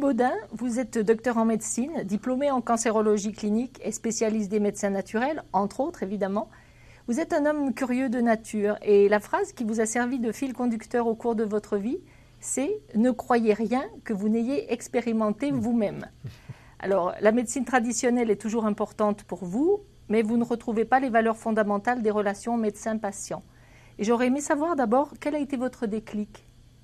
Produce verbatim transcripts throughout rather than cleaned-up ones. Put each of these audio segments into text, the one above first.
Baudin, vous êtes docteur en médecine, diplômé en cancérologie clinique et spécialiste des médecins naturels, entre autres évidemment. Vous êtes un homme curieux de nature et la phrase qui vous a servi de fil conducteur au cours de votre vie, c'est « Ne croyez rien que vous n'ayez expérimenté vous-même ». Alors, la médecine traditionnelle est toujours importante pour vous, mais vous ne retrouvez pas les valeurs fondamentales des relations médecin-patient. Et j'aurais aimé savoir d'abord quel a été votre déclic.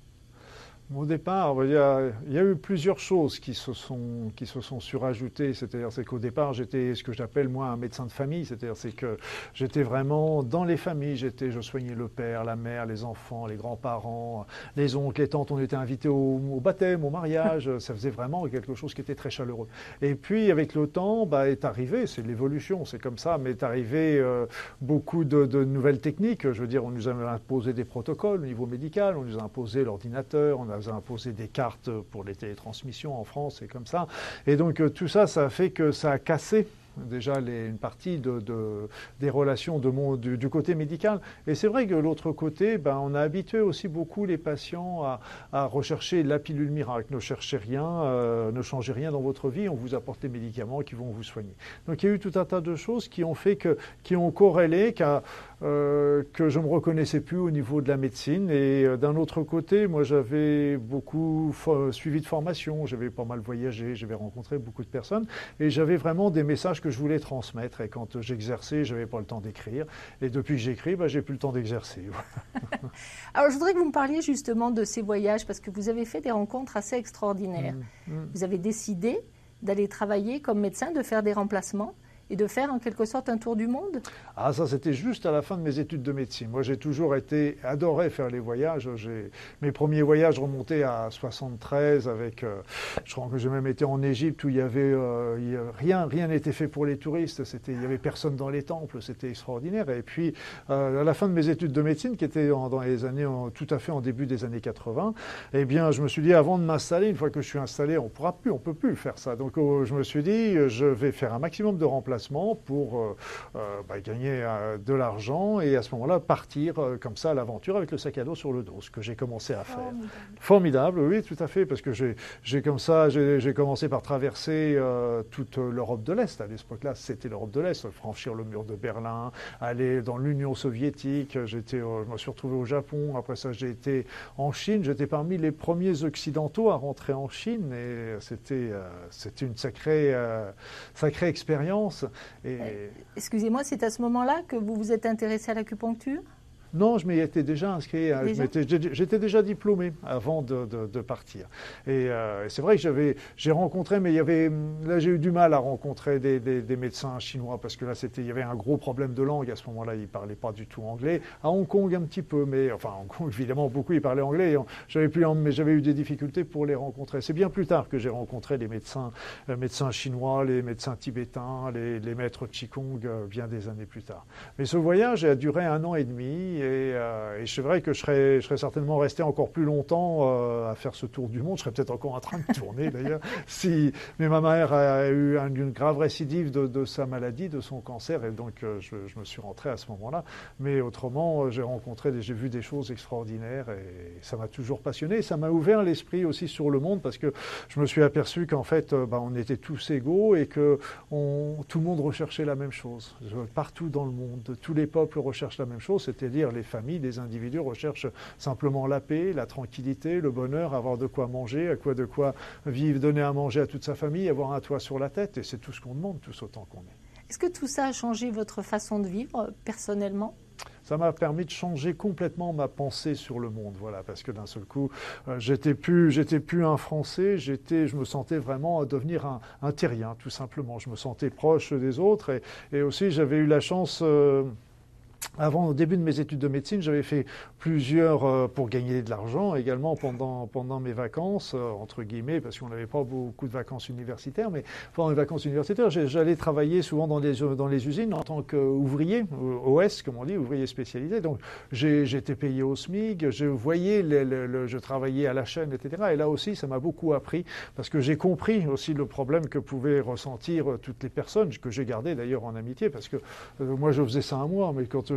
Au départ, il y, a, il y a eu plusieurs choses qui se sont, qui se sont surajoutées. C'est-à-dire c'est qu'au départ, j'étais ce que j'appelle moi un médecin de famille. C'est-à-dire c'est que j'étais vraiment dans les familles. J'étais, je soignais le père, la mère, les enfants, les grands-parents, les oncles, les tantes. On était invités au, au baptême, au mariage. Ça faisait vraiment quelque chose qui était très chaleureux. Et puis avec le temps, bah, est arrivé, c'est l'évolution, c'est comme ça, mais est arrivé euh, beaucoup de, de nouvelles techniques. Je veux dire, on nous a imposé des protocoles au niveau médical, on nous a imposé l'ordinateur, on a a imposé des cartes pour les télétransmissions en France et comme ça. Et donc tout ça, ça a fait que ça a cassé déjà les, une partie de, de, des relations de mon, du, du côté médical. Et c'est vrai que de l'autre côté, ben, on a habitué aussi beaucoup les patients à, à rechercher la pilule miracle. Ne cherchez rien, euh, ne changez rien dans votre vie, on vous apporte des médicaments qui vont vous soigner. Donc il y a eu tout un tas de choses qui ont fait que, qui ont corrélé, qu'à, euh, que je ne me reconnaissais plus au niveau de la médecine. Et euh, d'un autre côté, moi j'avais beaucoup suivi de formation, j'avais pas mal voyagé, j'avais rencontré beaucoup de personnes et j'avais vraiment des messages que je voulais transmettre. Et quand j'exerçais, je n'avais pas le temps d'écrire. Et depuis que j'écris, bah, j'ai plus le temps d'exercer. Alors, je voudrais que vous me parliez justement de ces voyages, parce que vous avez fait des rencontres assez extraordinaires. Mmh, mmh. Vous avez décidé d'aller travailler comme médecin, de faire des remplacements et de faire en quelque sorte un tour du monde? Ah, ça c'était juste à la fin de mes études de médecine. Moi j'ai toujours été, adoré faire les voyages. J'ai, mes premiers voyages remontaient à soixante-treize avec, euh, je crois que j'ai même été en Égypte où il y avait, euh, il y a, rien, rien n'était fait pour les touristes. C'était, il y avait personne dans les temples, c'était extraordinaire. Et puis euh, à la fin de mes études de médecine, qui étaient en, dans les années, en, tout à fait en début des années quatre-vingts, eh bien je me suis dit avant de m'installer, une fois que je suis installé, on pourra plus, on peut plus faire ça. Donc euh, je me suis dit, je vais faire un maximum de remplacements pour euh, euh, bah, gagner euh, de l'argent et à ce moment-là partir euh, comme ça à l'aventure avec le sac à dos sur le dos, ce que j'ai commencé à faire. Formidable, Formidable oui, tout à fait, parce que j'ai, j'ai comme ça, j'ai, j'ai commencé par traverser euh, toute l'Europe de l'Est. À l'époque-là, c'était l'Europe de l'Est, franchir le mur de Berlin, aller dans l'Union soviétique. J'étais, euh, je me suis retrouvé au Japon. Après ça, j'ai été en Chine. J'étais parmi les premiers occidentaux à rentrer en Chine et c'était, euh, c'était une sacrée, euh, sacrée expérience. Et... Excusez-moi, c'est à ce moment-là que vous vous êtes intéressé à l'acupuncture ? Non, je m'y étais déjà inscrit. Déjà je m'étais, j'étais déjà diplômé avant de, de, de partir. Et euh, c'est vrai que j'avais, j'ai rencontré, mais il y avait, là j'ai eu du mal à rencontrer des, des, des médecins chinois parce que là c'était, il y avait un gros problème de langue à ce moment-là. Ils parlaient pas du tout anglais. À Hong Kong un petit peu, mais enfin à Hong Kong évidemment beaucoup ils parlaient anglais. J'avais plus, mais j'avais eu des difficultés pour les rencontrer. C'est bien plus tard que j'ai rencontré les médecins, les médecins chinois, les médecins tibétains, les, les maîtres Qigong bien des années plus tard. Mais ce voyage a duré un an et demi. Et, euh, et c'est vrai que je serais, je serais certainement resté encore plus longtemps euh, à faire ce tour du monde. Je serais peut-être encore en train de tourner d'ailleurs. Si, mais ma mère a eu un, une grave récidive de, de sa maladie, de son cancer, et donc euh, je, je me suis rentré à ce moment-là. Mais autrement, j'ai rencontré, des, j'ai vu des choses extraordinaires et ça m'a toujours passionné. Et ça m'a ouvert l'esprit aussi sur le monde parce que je me suis aperçu qu'en fait, euh, bah, on était tous égaux et que on, tout le monde recherchait la même chose. Partout dans le monde, tous les peuples recherchent la même chose, c'est-à-dire les familles, les individus recherchent simplement la paix, la tranquillité, le bonheur, avoir de quoi manger, à quoi de quoi vivre, donner à manger à toute sa famille, avoir un toit sur la tête, et c'est tout ce qu'on demande, tous autant qu'on est. Est-ce que tout ça a changé votre façon de vivre personnellement ? Ça m'a permis de changer complètement ma pensée sur le monde, voilà, parce que d'un seul coup, euh, j'étais plus, j'étais plus un Français, j'étais, je me sentais vraiment devenir un, un terrien, tout simplement. Je me sentais proche des autres, et, et aussi j'avais eu la chance. Euh, Avant, au début de mes études de médecine, j'avais fait plusieurs, euh, pour gagner de l'argent également pendant, pendant mes vacances, euh, entre guillemets, parce qu'on n'avait pas beaucoup de vacances universitaires, mais pendant les vacances universitaires, j'allais travailler souvent dans les, dans les usines en tant qu'ouvrier, O S, comme on dit, ouvrier spécialisé. Donc, j'étais payé au SMIC, je voyais, le, le, le, je travaillais à la chaîne, et cetera. Et là aussi, ça m'a beaucoup appris, parce que j'ai compris aussi le problème que pouvaient ressentir toutes les personnes, que j'ai gardé d'ailleurs en amitié, parce que euh, moi, je faisais ça un mois, mais quand je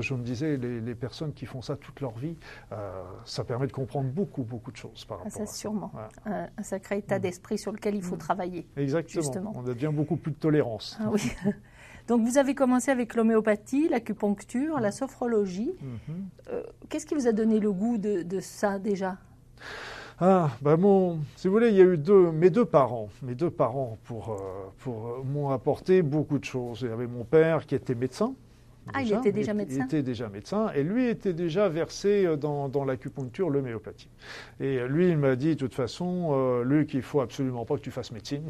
je me disais, les, les personnes qui font ça toute leur vie, euh, ça permet de comprendre beaucoup, beaucoup de choses par rapport ah, ça, à ça. Sûrement. Voilà. Un, un sacré état d'esprit sur lequel il faut travailler. Exactement. Justement. On devient beaucoup plus de tolérance. Ah, oui. Donc, vous avez commencé avec l'homéopathie, l'acupuncture, la sophrologie. Mm-hmm. euh, qu'est-ce qui vous a donné le goût de, de ça déjà? Ah, bah mon, si vous voulez, il y a eu deux, mes deux parents, mes deux parents pour, euh, pour, euh, m'ont apporté beaucoup de choses. Il y avait mon père qui était médecin. Ah, déjà, il était déjà médecin. Il était déjà médecin et lui était déjà versé dans, dans l'acupuncture, l'homéopathie. Et lui, il m'a dit, de toute façon, euh, Luc, il faut absolument pas que tu fasses médecine.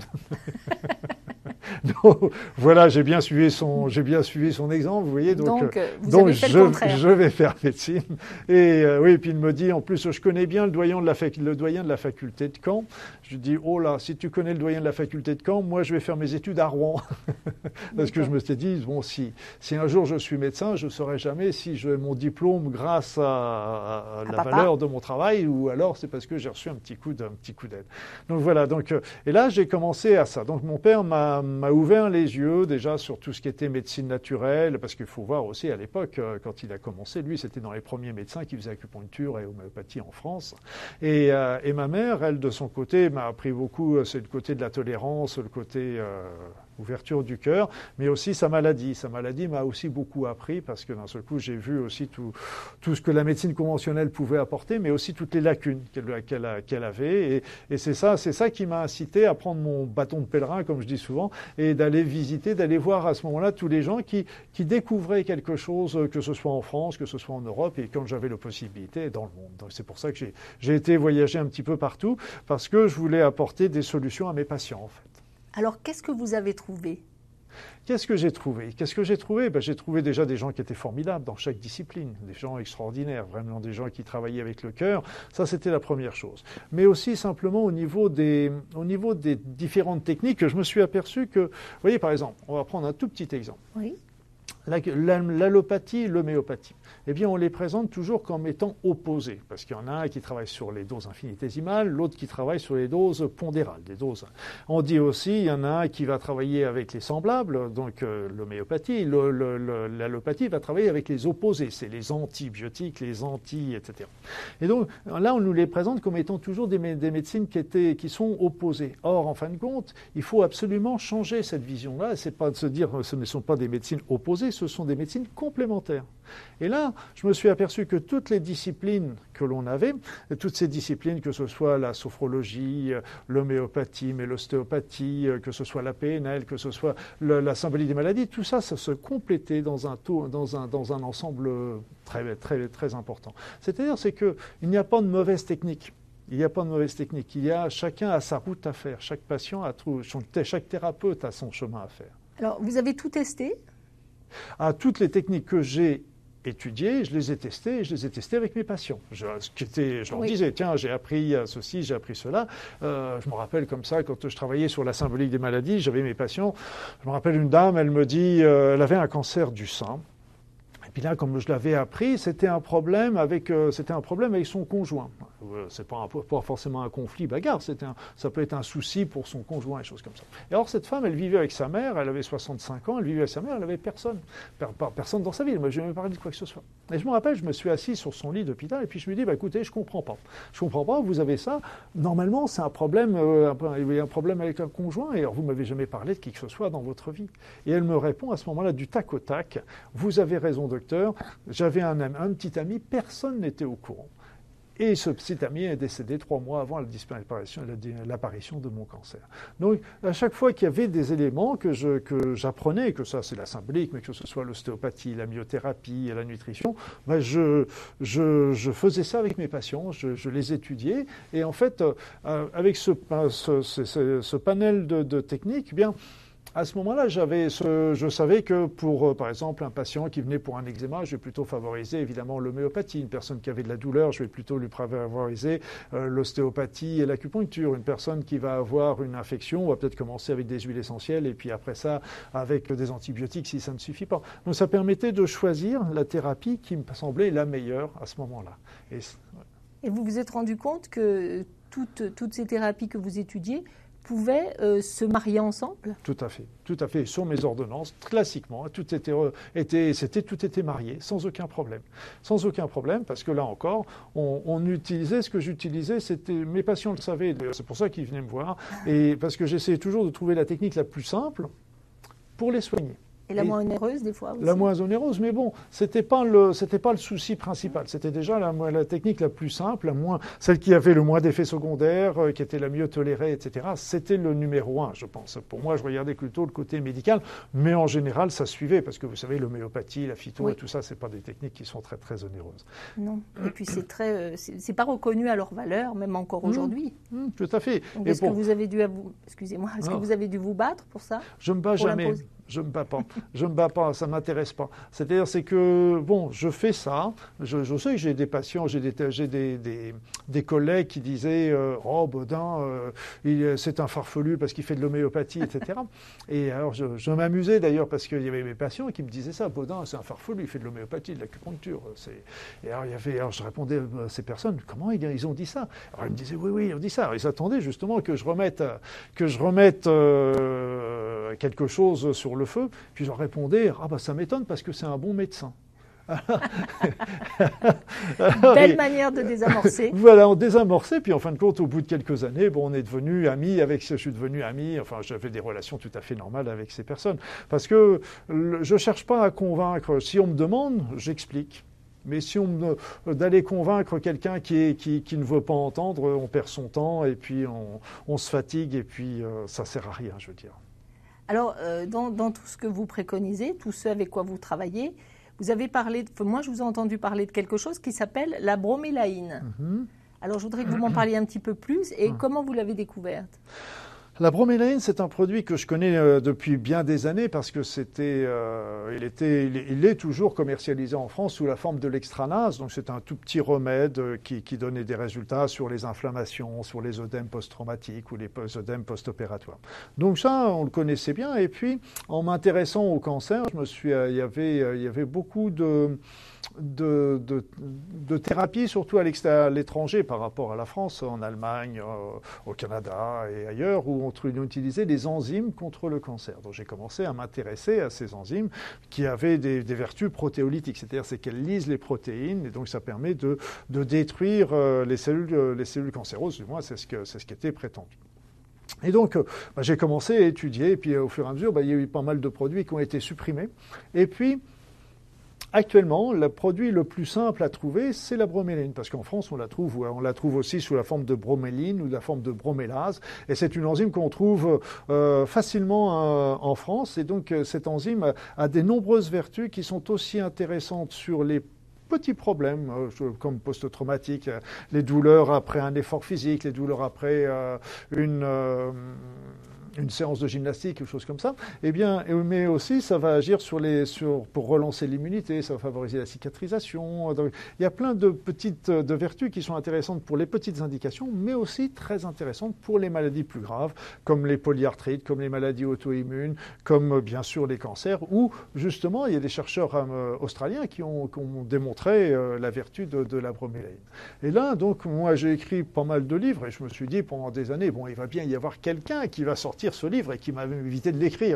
Donc, voilà, j'ai bien suivi son, j'ai bien suivi son exemple, vous voyez. Donc, donc, euh, vous donc avez fait je, le contraire. je vais faire médecine. Et euh, oui, puis il me dit, en plus, je connais bien le doyen de la, fac, le doyen de la faculté de Caen. Je lui dis, oh là, si tu connais le doyen de la faculté de Caen, moi, je vais faire mes études à Rouen. Parce que je me suis dit, bon, si, si un jour je suis médecin, je ne saurais jamais si j'ai mon diplôme grâce à, à, à la papa. valeur de mon travail, ou alors c'est parce que j'ai reçu un petit coup d'un petit coup d'aide. Donc voilà. Donc, euh, et là, j'ai commencé à ça. Donc mon père m'a m'a ouvert les yeux déjà sur tout ce qui était médecine naturelle, parce qu'il faut voir aussi à l'époque, quand il a commencé, lui, c'était dans les premiers médecins qui faisaient acupuncture et homéopathie en France. Et, euh, et ma mère, elle, de son côté, m'a appris beaucoup, c'est le côté de la tolérance, le côté euh, ouverture du cœur, mais aussi sa maladie. Sa maladie m'a aussi beaucoup appris, parce que d'un seul coup, j'ai vu aussi tout, tout ce que la médecine conventionnelle pouvait apporter, mais aussi toutes les lacunes qu'elle qu'elle qu'elle avait. Et, et c'est ça, c'est ça qui m'a incité à prendre mon bâton de pèlerin, comme je dis souvent, et d'aller visiter, d'aller voir à ce moment-là tous les gens qui, qui découvraient quelque chose, que ce soit en France, que ce soit en Europe, et quand j'avais la possibilité, dans le monde. Donc c'est pour ça que j'ai, j'ai été voyager un petit peu partout, parce que je voulais apporter des solutions à mes patients, en fait. Alors, qu'est-ce que vous avez trouvé ? Qu'est-ce que j'ai trouvé Qu'est-ce que j'ai trouvé ben, J'ai trouvé déjà des gens qui étaient formidables dans chaque discipline, des gens extraordinaires, vraiment des gens qui travaillaient avec le cœur. Ça, c'était la première chose. Mais aussi simplement au niveau des, au niveau des différentes techniques, je me suis aperçu que, vous voyez, par exemple, on va prendre un tout petit exemple. Oui. L'allopathie et l'homéopathie, eh bien, on les présente toujours comme étant opposés, parce qu'il y en a un qui travaille sur les doses infinitésimales, l'autre qui travaille sur les doses pondérales, des doses. On dit aussi, il y en a un qui va travailler avec les semblables, donc euh, l'homéopathie, le, le, le, l'allopathie va travailler avec les opposés, c'est les antibiotiques, les anti, et cetera. Et donc, là, on nous les présente comme étant toujours des, des médecines qui, étaient, qui sont opposées. Or, en fin de compte, il faut absolument changer cette vision-là, c'est pas de se dire, ce ne sont pas des médecines opposées, ce sont des médecines complémentaires. Et là, je me suis aperçu que toutes les disciplines que l'on avait, toutes ces disciplines, que ce soit la sophrologie, l'homéopathie, mais l'ostéopathie, que ce soit la P N L, que ce soit le, la symbolique des maladies, tout ça, ça se complétait dans un, taux, dans un, dans un ensemble très, très, très important. C'est-à-dire, c'est qu'il n'y a pas de mauvaise technique. Il n'y a pas de mauvaise technique. Il y a, chacun a sa route à faire. Chaque patient a tout, chaque thérapeute a son chemin à faire. Alors, vous avez tout testé ? À toutes les techniques que j'ai étudiées, je les ai testées et je les ai testées avec mes patients. Je, je leur oui. disais, tiens, j'ai appris ceci, j'ai appris cela. Euh, je me rappelle comme ça, quand je travaillais sur la symbolique des maladies, j'avais mes patients. Je me rappelle une dame, elle me dit, euh, elle avait un cancer du sein. Et puis là, comme je l'avais appris, c'était un problème avec, euh, c'était un problème avec son conjoint. Euh, c'est pas, un, pas forcément un conflit bagarre, c'était un, ça peut être un souci pour son conjoint, et choses comme ça. Et alors cette femme, elle vivait avec sa mère, elle avait soixante-cinq ans, elle vivait avec sa mère, elle n'avait personne, personne dans sa vie. Moi, je n'ai jamais parlé de quoi que ce soit. Et je me rappelle, je me suis assis sur son lit d'hôpital et puis je me dis, bah, écoutez, je comprends pas. Je comprends pas, vous avez ça. Normalement, c'est un problème, euh, il y a un problème avec un conjoint, et alors vous m'avez jamais parlé de qui que ce soit dans votre vie. Et elle me répond à ce moment-là du tac au tac, vous avez raison, docteur, j'avais un, un petit ami, personne n'était au courant. Et ce petit ami est décédé trois mois avant la disparition, l'apparition de mon cancer. Donc, à chaque fois qu'il y avait des éléments que, je, que j'apprenais, que ça c'est la symbolique, mais que ce soit l'ostéopathie, la myothérapie, la nutrition, ben je, je, je faisais ça avec mes patients, je, je les étudiais. Et en fait, euh, avec ce, ce, ce, ce panel de, de techniques, eh bien, à ce moment-là, j'avais ce, je savais que pour, euh, par exemple, un patient qui venait pour un eczéma, je vais plutôt favoriser évidemment l'homéopathie. Une personne qui avait de la douleur, je vais plutôt lui favoriser euh, l'ostéopathie et l'acupuncture. Une personne qui va avoir une infection, on va peut-être commencer avec des huiles essentielles et puis après ça, avec des antibiotiques si ça ne suffit pas. Donc ça permettait de choisir la thérapie qui me semblait la meilleure à ce moment-là. Et, ouais. et vous vous êtes rendu compte que toutes, toutes ces thérapies que vous étudiez pouvaient euh, se marier ensemble? Tout à fait, tout à fait. Sur mes ordonnances, classiquement, tout était, était, c'était, tout était marié, sans aucun problème. Sans aucun problème, parce que là encore, on, on utilisait ce que j'utilisais, c'était, mes patients le savaient, c'est pour ça qu'ils venaient me voir, et parce que j'essayais toujours de trouver la technique la plus simple pour les soigner. Et la et moins onéreuse, des fois aussi. La moins onéreuse, mais bon, c'était pas le, c'était pas le souci principal. C'était déjà la, la technique la plus simple, la moins, celle qui avait le moins d'effets secondaires, euh, qui était la mieux tolérée, et cetera. C'était le numéro un, je pense. Pour moi, je regardais plutôt le côté médical, mais en général, ça suivait, parce que vous savez, l'homéopathie, la phyto oui. et tout ça, c'est pas des techniques qui sont très, très onéreuses. Non. Et puis, c'est très, euh, c'est, c'est pas reconnu à leur valeur, même encore aujourd'hui. Mmh, mmh, tout à fait. Donc, est-ce bon, que vous avez dû, vous, excusez-moi, est-ce non. que vous avez dû vous battre pour ça? Je me bats jamais. Je me bats pas. Je me bats pas. Ça m'intéresse pas. C'est-à-dire, c'est que bon, je fais ça. Je, je sais que j'ai des patients, j'ai des, j'ai des, des, des collègues qui disaient euh, oh Baudin, euh, il, c'est un farfelu parce qu'il fait de l'homéopathie, et cetera. Et alors, je, je m'amusais d'ailleurs parce qu'il y avait mes patients qui me disaient ça. Baudin, c'est un farfelu, il fait de l'homéopathie, de l'acupuncture. C'est... Et alors, il y avait, alors je répondais à ces personnes, comment ils, ils ont dit ça? Alors ils me disaient oui, oui, ils ont dit ça. Alors, ils attendaient justement que je remette, que je remette euh, quelque chose sur le le feu, puis je leur répondais « Ah bah ça m'étonne parce que c'est un bon médecin ». Belle manière de désamorcer. Voilà, on désamorçait, puis en fin de compte, au bout de quelques années, bon, on est devenus amis avec, je suis devenu ami, enfin, j'avais des relations tout à fait normales avec ces personnes. Parce que le, je cherche pas à convaincre. Si on me demande, j'explique. Mais si on me, d'aller convaincre quelqu'un qui, est, qui, qui ne veut pas entendre, on perd son temps et puis on, on se fatigue et puis euh, ça sert à rien, je veux dire. Alors, euh, dans, dans tout ce que vous préconisez, tout ce avec quoi vous travaillez, vous avez parlé, de, moi je vous ai entendu parler de quelque chose qui s'appelle la bromélaïne. Mm-hmm. Alors, je voudrais que vous m'en parliez un petit peu plus et mm. comment vous l'avez découverte? La bromélaïne, c'est un produit que je connais euh, depuis bien des années parce que c'était, euh, il était, il est, il est toujours commercialisé en France sous la forme de l'extranase. Donc c'est un tout petit remède euh, qui, qui donnait des résultats sur les inflammations, sur les œdèmes post-traumatiques ou les œdèmes post-opératoires. Donc ça, on le connaissait bien. Et puis, en m'intéressant au cancer, je me suis, euh, il y avait, euh, il y avait beaucoup de De, de, de thérapie, surtout à l'étranger par rapport à la France, en Allemagne, euh, au Canada et ailleurs, où on, on utilisait des enzymes contre le cancer. Donc j'ai commencé à m'intéresser à ces enzymes qui avaient des, des vertus protéolytiques, c'est-à-dire c'est qu'elles lisent les protéines et donc ça permet de, de détruire euh, les, cellules, les cellules cancéreuses, du moins c'est ce, que, c'est ce qui était prétendu. Et donc, bah, j'ai commencé à étudier, et puis au fur et à mesure, bah, il y a eu pas mal de produits qui ont été supprimés. Et puis, actuellement, le produit le plus simple à trouver, c'est la broméline, parce qu'en France, on la trouve, on la trouve aussi sous la forme de broméline ou la forme de bromélase, et c'est une enzyme qu'on trouve euh, facilement euh, en France, et donc euh, cette enzyme a, a des nombreuses vertus qui sont aussi intéressantes sur les petits problèmes euh, comme post-traumatique, euh, les douleurs après un effort physique, les douleurs après euh, une... Euh, une séance de gymnastique, quelque chose comme ça, eh bien, mais aussi ça va agir sur les, sur, pour relancer l'immunité, ça va favoriser la cicatrisation. Donc, il y a plein de petites de vertus qui sont intéressantes pour les petites indications, mais aussi très intéressantes pour les maladies plus graves, comme les polyarthrites, comme les maladies auto-immunes, comme bien sûr les cancers, où justement il y a des chercheurs euh, australiens qui ont, qui ont démontré euh, la vertu de, de la bromélaïne. Et là, donc, moi j'ai écrit pas mal de livres et je me suis dit pendant des années, bon, il va bien y avoir quelqu'un qui va sortir ce livre et qui m'a évité de l'écrire.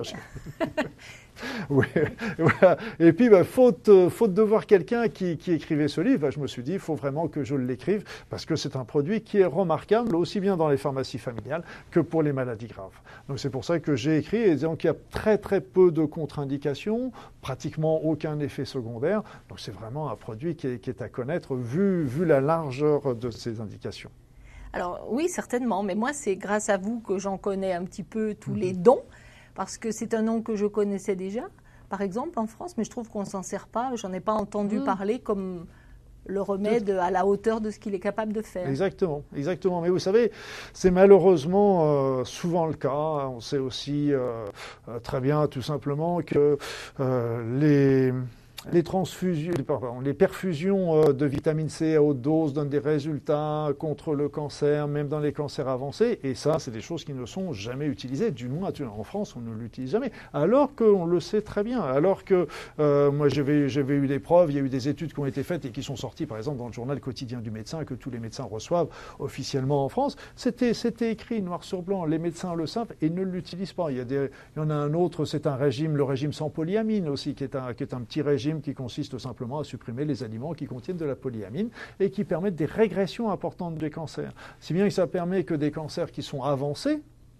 Oui, voilà. Et puis, bah, faute, faute de voir quelqu'un qui, qui écrivait ce livre, bah, je me suis dit, il faut vraiment que je l'écrive parce que c'est un produit qui est remarquable aussi bien dans les pharmacies familiales que pour les maladies graves. Donc c'est pour ça que j'ai écrit et disant qu'il y a très très peu de contre-indications, pratiquement aucun effet secondaire. Donc c'est vraiment un produit qui est, qui est à connaître vu, vu la largeur de ses indications. Alors oui, certainement, mais moi c'est grâce à vous que j'en connais un petit peu tous mmh. les dons, parce que c'est un nom que je connaissais déjà, par exemple en France, mais je trouve qu'on ne s'en sert pas, j'en ai pas entendu mmh. parler comme le remède à la hauteur de ce qu'il est capable de faire. Exactement, exactement. Mais vous savez, c'est malheureusement euh, souvent le cas. On sait aussi euh, euh, très bien tout simplement que euh, les... les transfusions, pardon, les perfusions de vitamine C à haute dose donnent des résultats contre le cancer, même dans les cancers avancés. Et ça, c'est des choses qui ne sont jamais utilisées. Du moins, en France, on ne l'utilise jamais. Alors qu'on le sait très bien. Alors que euh, moi, j'avais, j'avais eu des preuves, il y a eu des études qui ont été faites et qui sont sorties, par exemple, dans le journal quotidien du médecin, que tous les médecins reçoivent officiellement en France. C'était, c'était écrit noir sur blanc. Les médecins le savent et ne l'utilisent pas. Il y a des, il y en a un autre, c'est un régime, le régime sans polyamine aussi, qui est un, qui est un petit régime qui consiste simplement à supprimer les aliments qui contiennent de la polyamine et qui permettent des régressions importantes des cancers. Si bien que ça permet que des cancers qui sont avancés,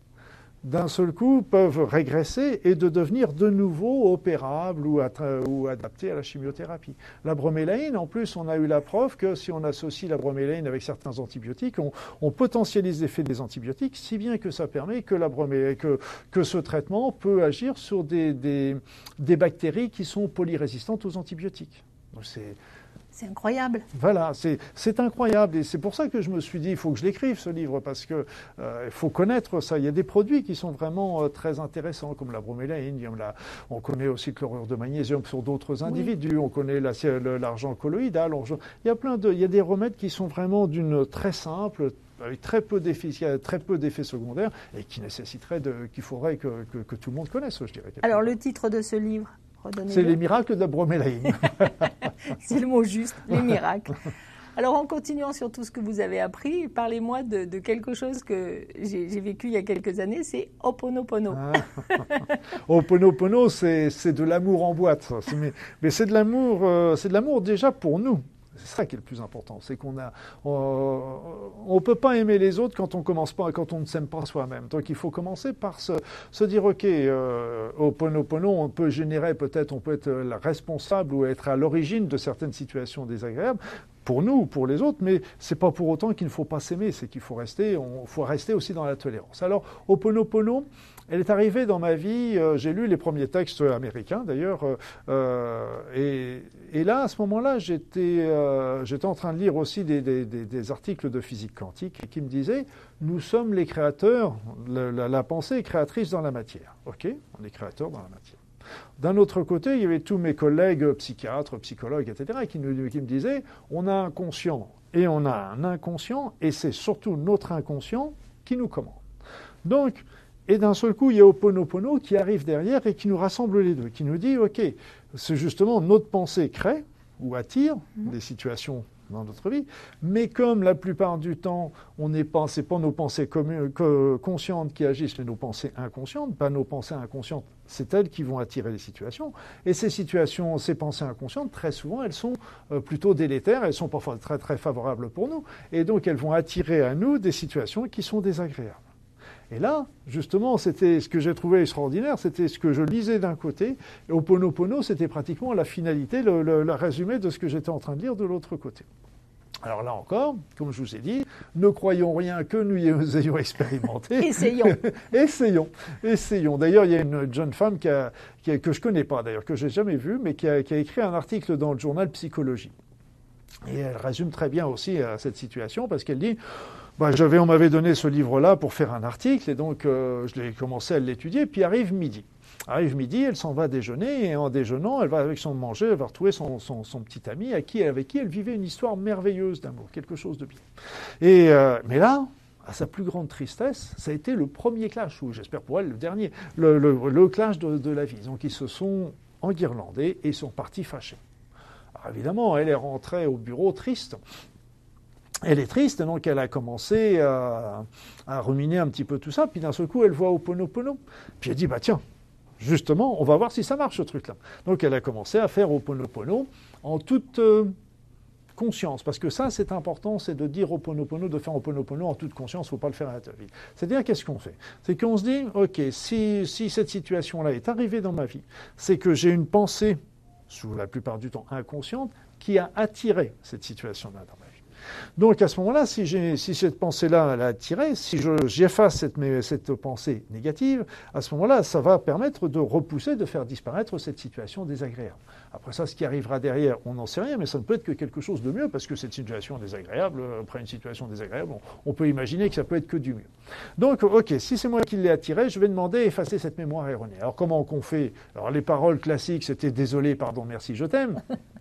d'un seul coup, peuvent régresser et de devenir de nouveau opérables ou, ou adaptés à la chimiothérapie. La bromélaïne, en plus, on a eu la preuve que si on associe la bromélaïne avec certains antibiotiques, on, on potentialise l'effet des antibiotiques, si bien que ça permet que, la bromé, que, que ce traitement peut agir sur des, des, des bactéries qui sont polyrésistantes aux antibiotiques. Donc c'est... C'est incroyable. Voilà, c'est, c'est incroyable. Et c'est pour ça que je me suis dit, il faut que je l'écrive, ce livre, parce qu'il euh, faut connaître ça. Il y a des produits qui sont vraiment euh, très intéressants, comme la bromélaïne. La, on connaît aussi le chlorure de magnésium sur d'autres individus. Oui. On connaît la, l'argent colloïdal. On, il y a plein de, il y a des remèdes qui sont vraiment d'une très simple, avec très peu d'effets, très peu d'effets secondaires, et qui nécessiteraient de, qu'il faudrait que, que, que tout le monde connaisse, je dirais. Alors, le titre de ce livre? C'est les miracles de la bromélaïne. C'est le mot juste, les miracles. Alors, en continuant sur tout ce que vous avez appris, parlez-moi de, de quelque chose que j'ai, j'ai vécu il y a quelques années, c'est Ho'oponopono. Ah. Ho'oponopono, c'est, c'est de l'amour en boîte. C'est, mais, mais c'est de l'amour, euh, c'est de l'amour déjà pour nous. C'est ça qui est le plus important, c'est qu'on a, on ne peut pas aimer les autres quand on commence pas, quand on ne s'aime pas soi-même. Donc il faut commencer par se, se dire, ok, euh, au Ho'oponopono, on peut générer peut-être, on peut être responsable ou être à l'origine de certaines situations désagréables pour nous ou pour les autres, mais c'est pas pour autant qu'il ne faut pas s'aimer, c'est qu'il faut rester, on faut rester aussi dans la tolérance. Alors Ho'oponopono, elle est arrivée dans ma vie, euh, j'ai lu les premiers textes américains d'ailleurs, euh, et, et là, à ce moment-là, j'étais, euh, j'étais en train de lire aussi des, des, des, des articles de physique quantique qui me disaient « Nous sommes les créateurs, la, la, la pensée est créatrice dans la matière. » Ok, on est créateurs dans la matière. D'un autre côté, il y avait tous mes collègues psychiatres, psychologues, et cetera, qui, nous, qui me disaient « On a un conscient et on a un inconscient, et c'est surtout notre inconscient qui nous commande. » Donc, et d'un seul coup, il y a Ho'oponopono qui arrive derrière et qui nous rassemble les deux, qui nous dit, OK, c'est justement notre pensée crée ou attire mmh. des situations dans notre vie, mais comme la plupart du temps, on n'est pas, c'est pas nos pensées communes, que, conscientes qui agissent, mais nos pensées inconscientes, pas nos pensées inconscientes, c'est elles qui vont attirer les situations. Et ces situations, ces pensées inconscientes, très souvent, elles sont euh, plutôt délétères, elles sont parfois très très favorables pour nous, et donc elles vont attirer à nous des situations qui sont désagréables. Et là, justement, c'était ce que j'ai trouvé extraordinaire, c'était ce que je lisais d'un côté, et Ho'oponopono, c'était pratiquement la finalité, le, le, le résumé de ce que j'étais en train de lire de l'autre côté. Alors là encore, comme je vous ai dit, ne croyons rien que nous ayons expérimenté. Essayons. essayons. Essayons. D'ailleurs, il y a une jeune femme qui a, qui a, que je ne connais pas, d'ailleurs, que je n'ai jamais vue, mais qui a, qui a écrit un article dans le journal Psychologie. Et elle résume très bien aussi euh, cette situation, parce qu'elle dit... Ben, j'avais, on m'avait donné ce livre-là pour faire un article, et donc euh, je l'ai commencé à l'étudier, puis arrive midi. Arrive midi, elle s'en va déjeuner, et en déjeunant, elle va avec son manger, elle va retrouver son, son, son petit ami à qui, avec qui elle vivait une histoire merveilleuse d'amour, quelque chose de bien. Et, euh, mais là, à sa plus grande tristesse, ça a été le premier clash, ou j'espère pour elle le dernier, le, le, le clash de, de la vie. Donc ils se sont enguirlandés et sont partis fâchés. Alors évidemment, elle est rentrée au bureau triste. Elle est triste, donc elle a commencé à, à ruminer un petit peu tout ça, puis d'un seul coup, elle voit Ho'oponopono. Puis elle dit, bah tiens, justement, on va voir si ça marche, ce truc-là. Donc elle a commencé à faire Ho'oponopono en toute euh, conscience, parce que ça, c'est important, c'est de dire Ho'oponopono, de faire Ho'oponopono en toute conscience, il ne faut pas le faire à la télé. C'est-à-dire, qu'est-ce qu'on fait? C'est qu'on se dit, ok, si, si cette situation-là est arrivée dans ma vie, c'est que j'ai une pensée, sous la plupart du temps inconsciente, qui a attiré cette situation-là dans ma vie. Donc à ce moment-là, si, j'ai, si cette pensée-là elle a attiré, si je, j'efface cette, cette pensée négative, à ce moment-là, ça va permettre de repousser, de faire disparaître cette situation désagréable. Après ça, ce qui arrivera derrière, on n'en sait rien, mais ça ne peut être que quelque chose de mieux, parce que cette situation désagréable, après une situation désagréable, on, on peut imaginer que ça peut être que du mieux. Donc, ok, si c'est moi qui l'ai attiré, je vais demander à effacer cette mémoire erronée. Alors comment qu'on fait? Alors les paroles classiques, c'était « désolé, pardon, merci, je t'aime ».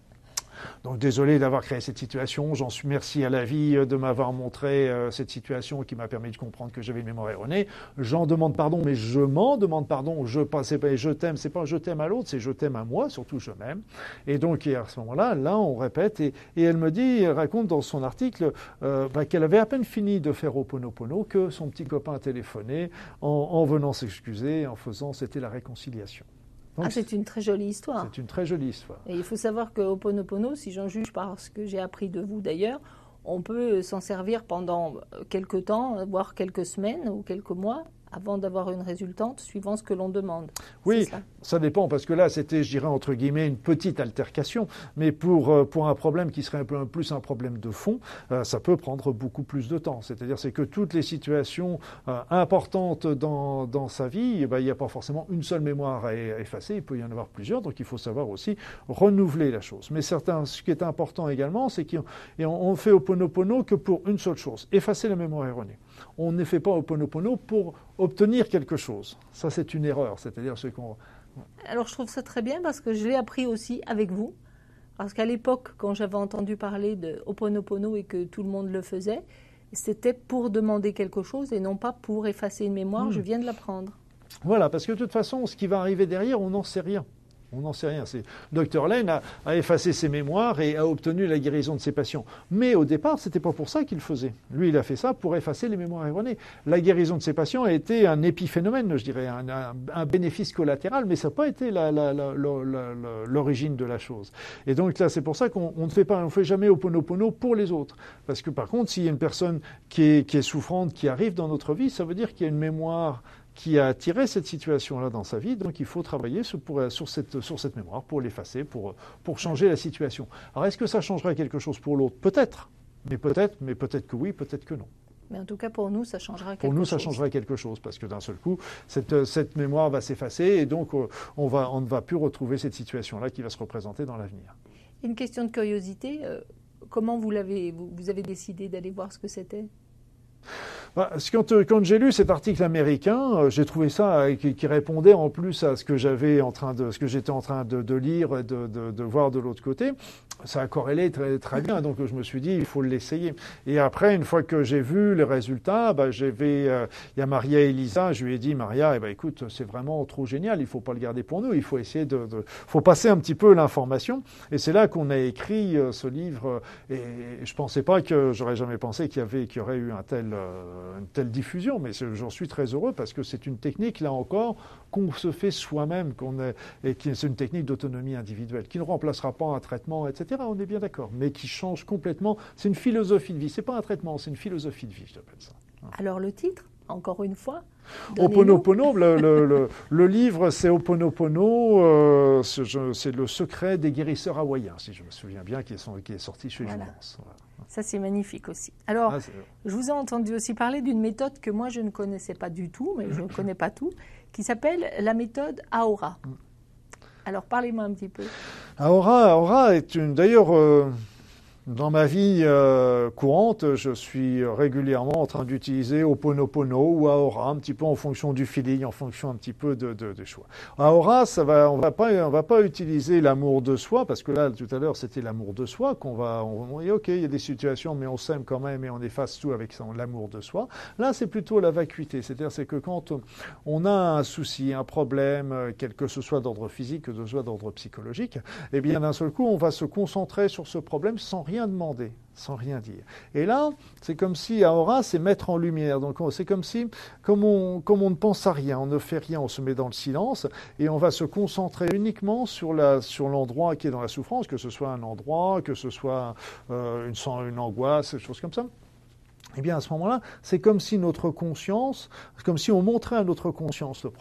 Donc désolé d'avoir créé cette situation, j'en suis merci à la vie de m'avoir montré euh, cette situation qui m'a permis de comprendre que j'avais une mémoire erronée. J'en demande pardon, mais je m'en demande pardon. Je c'est pas je t'aime, c'est pas je t'aime à l'autre, c'est je t'aime à moi, surtout je m'aime. Et donc et à ce moment-là, là on répète et, et elle me dit, elle raconte dans son article euh, bah, qu'elle avait à peine fini de faire Ho'oponopono que son petit copain a téléphoné en, en venant s'excuser, en faisant c'était la réconciliation. Donc, ah, c'est une très jolie histoire. C'est une très jolie histoire. Et il faut savoir que Ho'oponopono, si j'en juge par ce que j'ai appris de vous d'ailleurs, on peut s'en servir pendant quelques temps, voire quelques semaines ou quelques mois, avant d'avoir une résultante, suivant ce que l'on demande. Oui, ça. ça dépend, parce que là, c'était, je dirais, entre guillemets, une petite altercation, mais pour, pour un problème qui serait un peu plus un problème de fond, euh, ça peut prendre beaucoup plus de temps. C'est-à-dire, c'est que toutes les situations euh, importantes dans, dans sa vie, eh ben, il n'y a pas forcément une seule mémoire à effacer, il peut y en avoir plusieurs, donc il faut savoir aussi renouveler la chose. Mais certains, ce qui est important également, c'est qu'on on fait Ho'oponopono que pour une seule chose, effacer la mémoire erronée. On ne fait pas Ho'oponopono pour obtenir quelque chose. Ça, c'est une erreur. C'est-à-dire ce qu'on... Alors, je trouve ça très bien parce que je l'ai appris aussi avec vous. Parce qu'à l'époque, quand j'avais entendu parler de Ho'oponopono et que tout le monde le faisait, c'était pour demander quelque chose et non pas pour effacer une mémoire. Mmh. Je viens de l'apprendre. Voilà, parce que de toute façon, ce qui va arriver derrière, on n'en sait rien. On n'en sait rien. C'est... Docteur Lane a, a effacé ses mémoires et a obtenu la guérison de ses patients. Mais au départ, ce n'était pas pour ça qu'il le faisait. Lui, il a fait ça pour effacer les mémoires erronées. La guérison de ses patients a été un épiphénomène, je dirais, un, un, un bénéfice collatéral, mais ça n'a pas été la, la, la, la, la, l'origine de la chose. Et donc là, c'est pour ça qu'on on ne fait pas, on fait jamais Ho'oponopono pour les autres. Parce que par contre, s'il y a une personne qui est, qui est souffrante, qui arrive dans notre vie, ça veut dire qu'il y a une mémoire qui a attiré cette situation-là dans sa vie, donc il faut travailler sur, pour, sur, cette, sur cette mémoire, pour l'effacer, pour, pour changer la situation. Alors est-ce que ça changerait quelque chose pour l'autre? Peut-être, mais peut-être, mais peut-être que oui, peut-être que non. Mais en tout cas, pour nous, ça changera quelque chose. Pour nous, ça changerait quelque chose, parce que d'un seul coup, cette, cette mémoire va s'effacer, et donc on, va, on ne va plus retrouver cette situation-là qui va se représenter dans l'avenir. Une question de curiosité, euh, comment vous, l'avez, vous, vous avez décidé d'aller voir ce que c'était ? Quand, quand j'ai lu cet article américain, j'ai trouvé ça qui, qui répondait en plus à ce que j'avais en train de, ce que j'étais en train de, de lire et de, de, de voir de l'autre côté. Ça a corrélé très, très bien, donc je me suis dit il faut l'essayer. Et après, une fois que j'ai vu les résultats, bah, j'avais, euh, il y a Maria Elisa, je lui ai dit Maria, eh ben écoute, c'est vraiment trop génial, il faut pas le garder pour nous, il faut essayer de, de faut passer un petit peu l'information. Et c'est là qu'on a écrit euh, ce livre. Et, et je pensais pas que, j'aurais jamais pensé qu'il y avait, qu'il y aurait eu un tel euh, une telle diffusion, mais j'en suis très heureux parce que c'est une technique, là encore, qu'on se fait soi-même, qu'on est, et qui c'est une technique d'autonomie individuelle, qui ne remplacera pas un traitement, et cetera. On est bien d'accord, mais qui change complètement. C'est une philosophie de vie. C'est pas un traitement, c'est une philosophie de vie, je t'appelle ça. Alors le titre, encore une fois. Ho'oponopono, le, le, le, le livre, c'est Ho'oponopono, euh, c'est le secret des guérisseurs hawaïens, si je me souviens bien, qui est, son, qui est sorti chez voilà. Jouvence. Voilà. Ça, c'est magnifique aussi. Alors, ah, je vous ai entendu aussi parler d'une méthode que moi, je ne connaissais pas du tout, mais je ne connais pas tout, qui s'appelle la méthode Ahura. Mm. Alors, parlez-moi un petit peu. Ahura, Ahura est une... D'ailleurs... Euh... Dans ma vie euh, courante, je suis régulièrement en train d'utiliser Ho'oponopono ou Ahura, un petit peu en fonction du feeling, en fonction un petit peu de, de, de choix. Ahura, ça va, on va pas, on va pas utiliser l'amour de soi, parce que là, tout à l'heure, c'était l'amour de soi qu'on va, on, on, ok, il y a des situations, mais on s'aime quand même et on efface tout avec son, l'amour de soi. Là, c'est plutôt la vacuité, c'est-à-dire c'est que quand on a un souci, un problème, quel que ce soit d'ordre physique, que ce soit d'ordre psychologique, eh bien, d'un seul coup, on va se concentrer sur ce problème sans rien demander, sans rien dire. Et là, c'est comme si Ahura, c'est mettre en lumière. Donc, c'est comme si, comme on, comme on ne pense à rien, on ne fait rien, on se met dans le silence et on va se concentrer uniquement sur la, sur l'endroit qui est dans la souffrance, que ce soit un endroit, que ce soit euh, une, une angoisse, des choses comme ça. Eh bien, à ce moment-là, c'est comme si notre conscience, comme si on montrait à notre conscience le problème.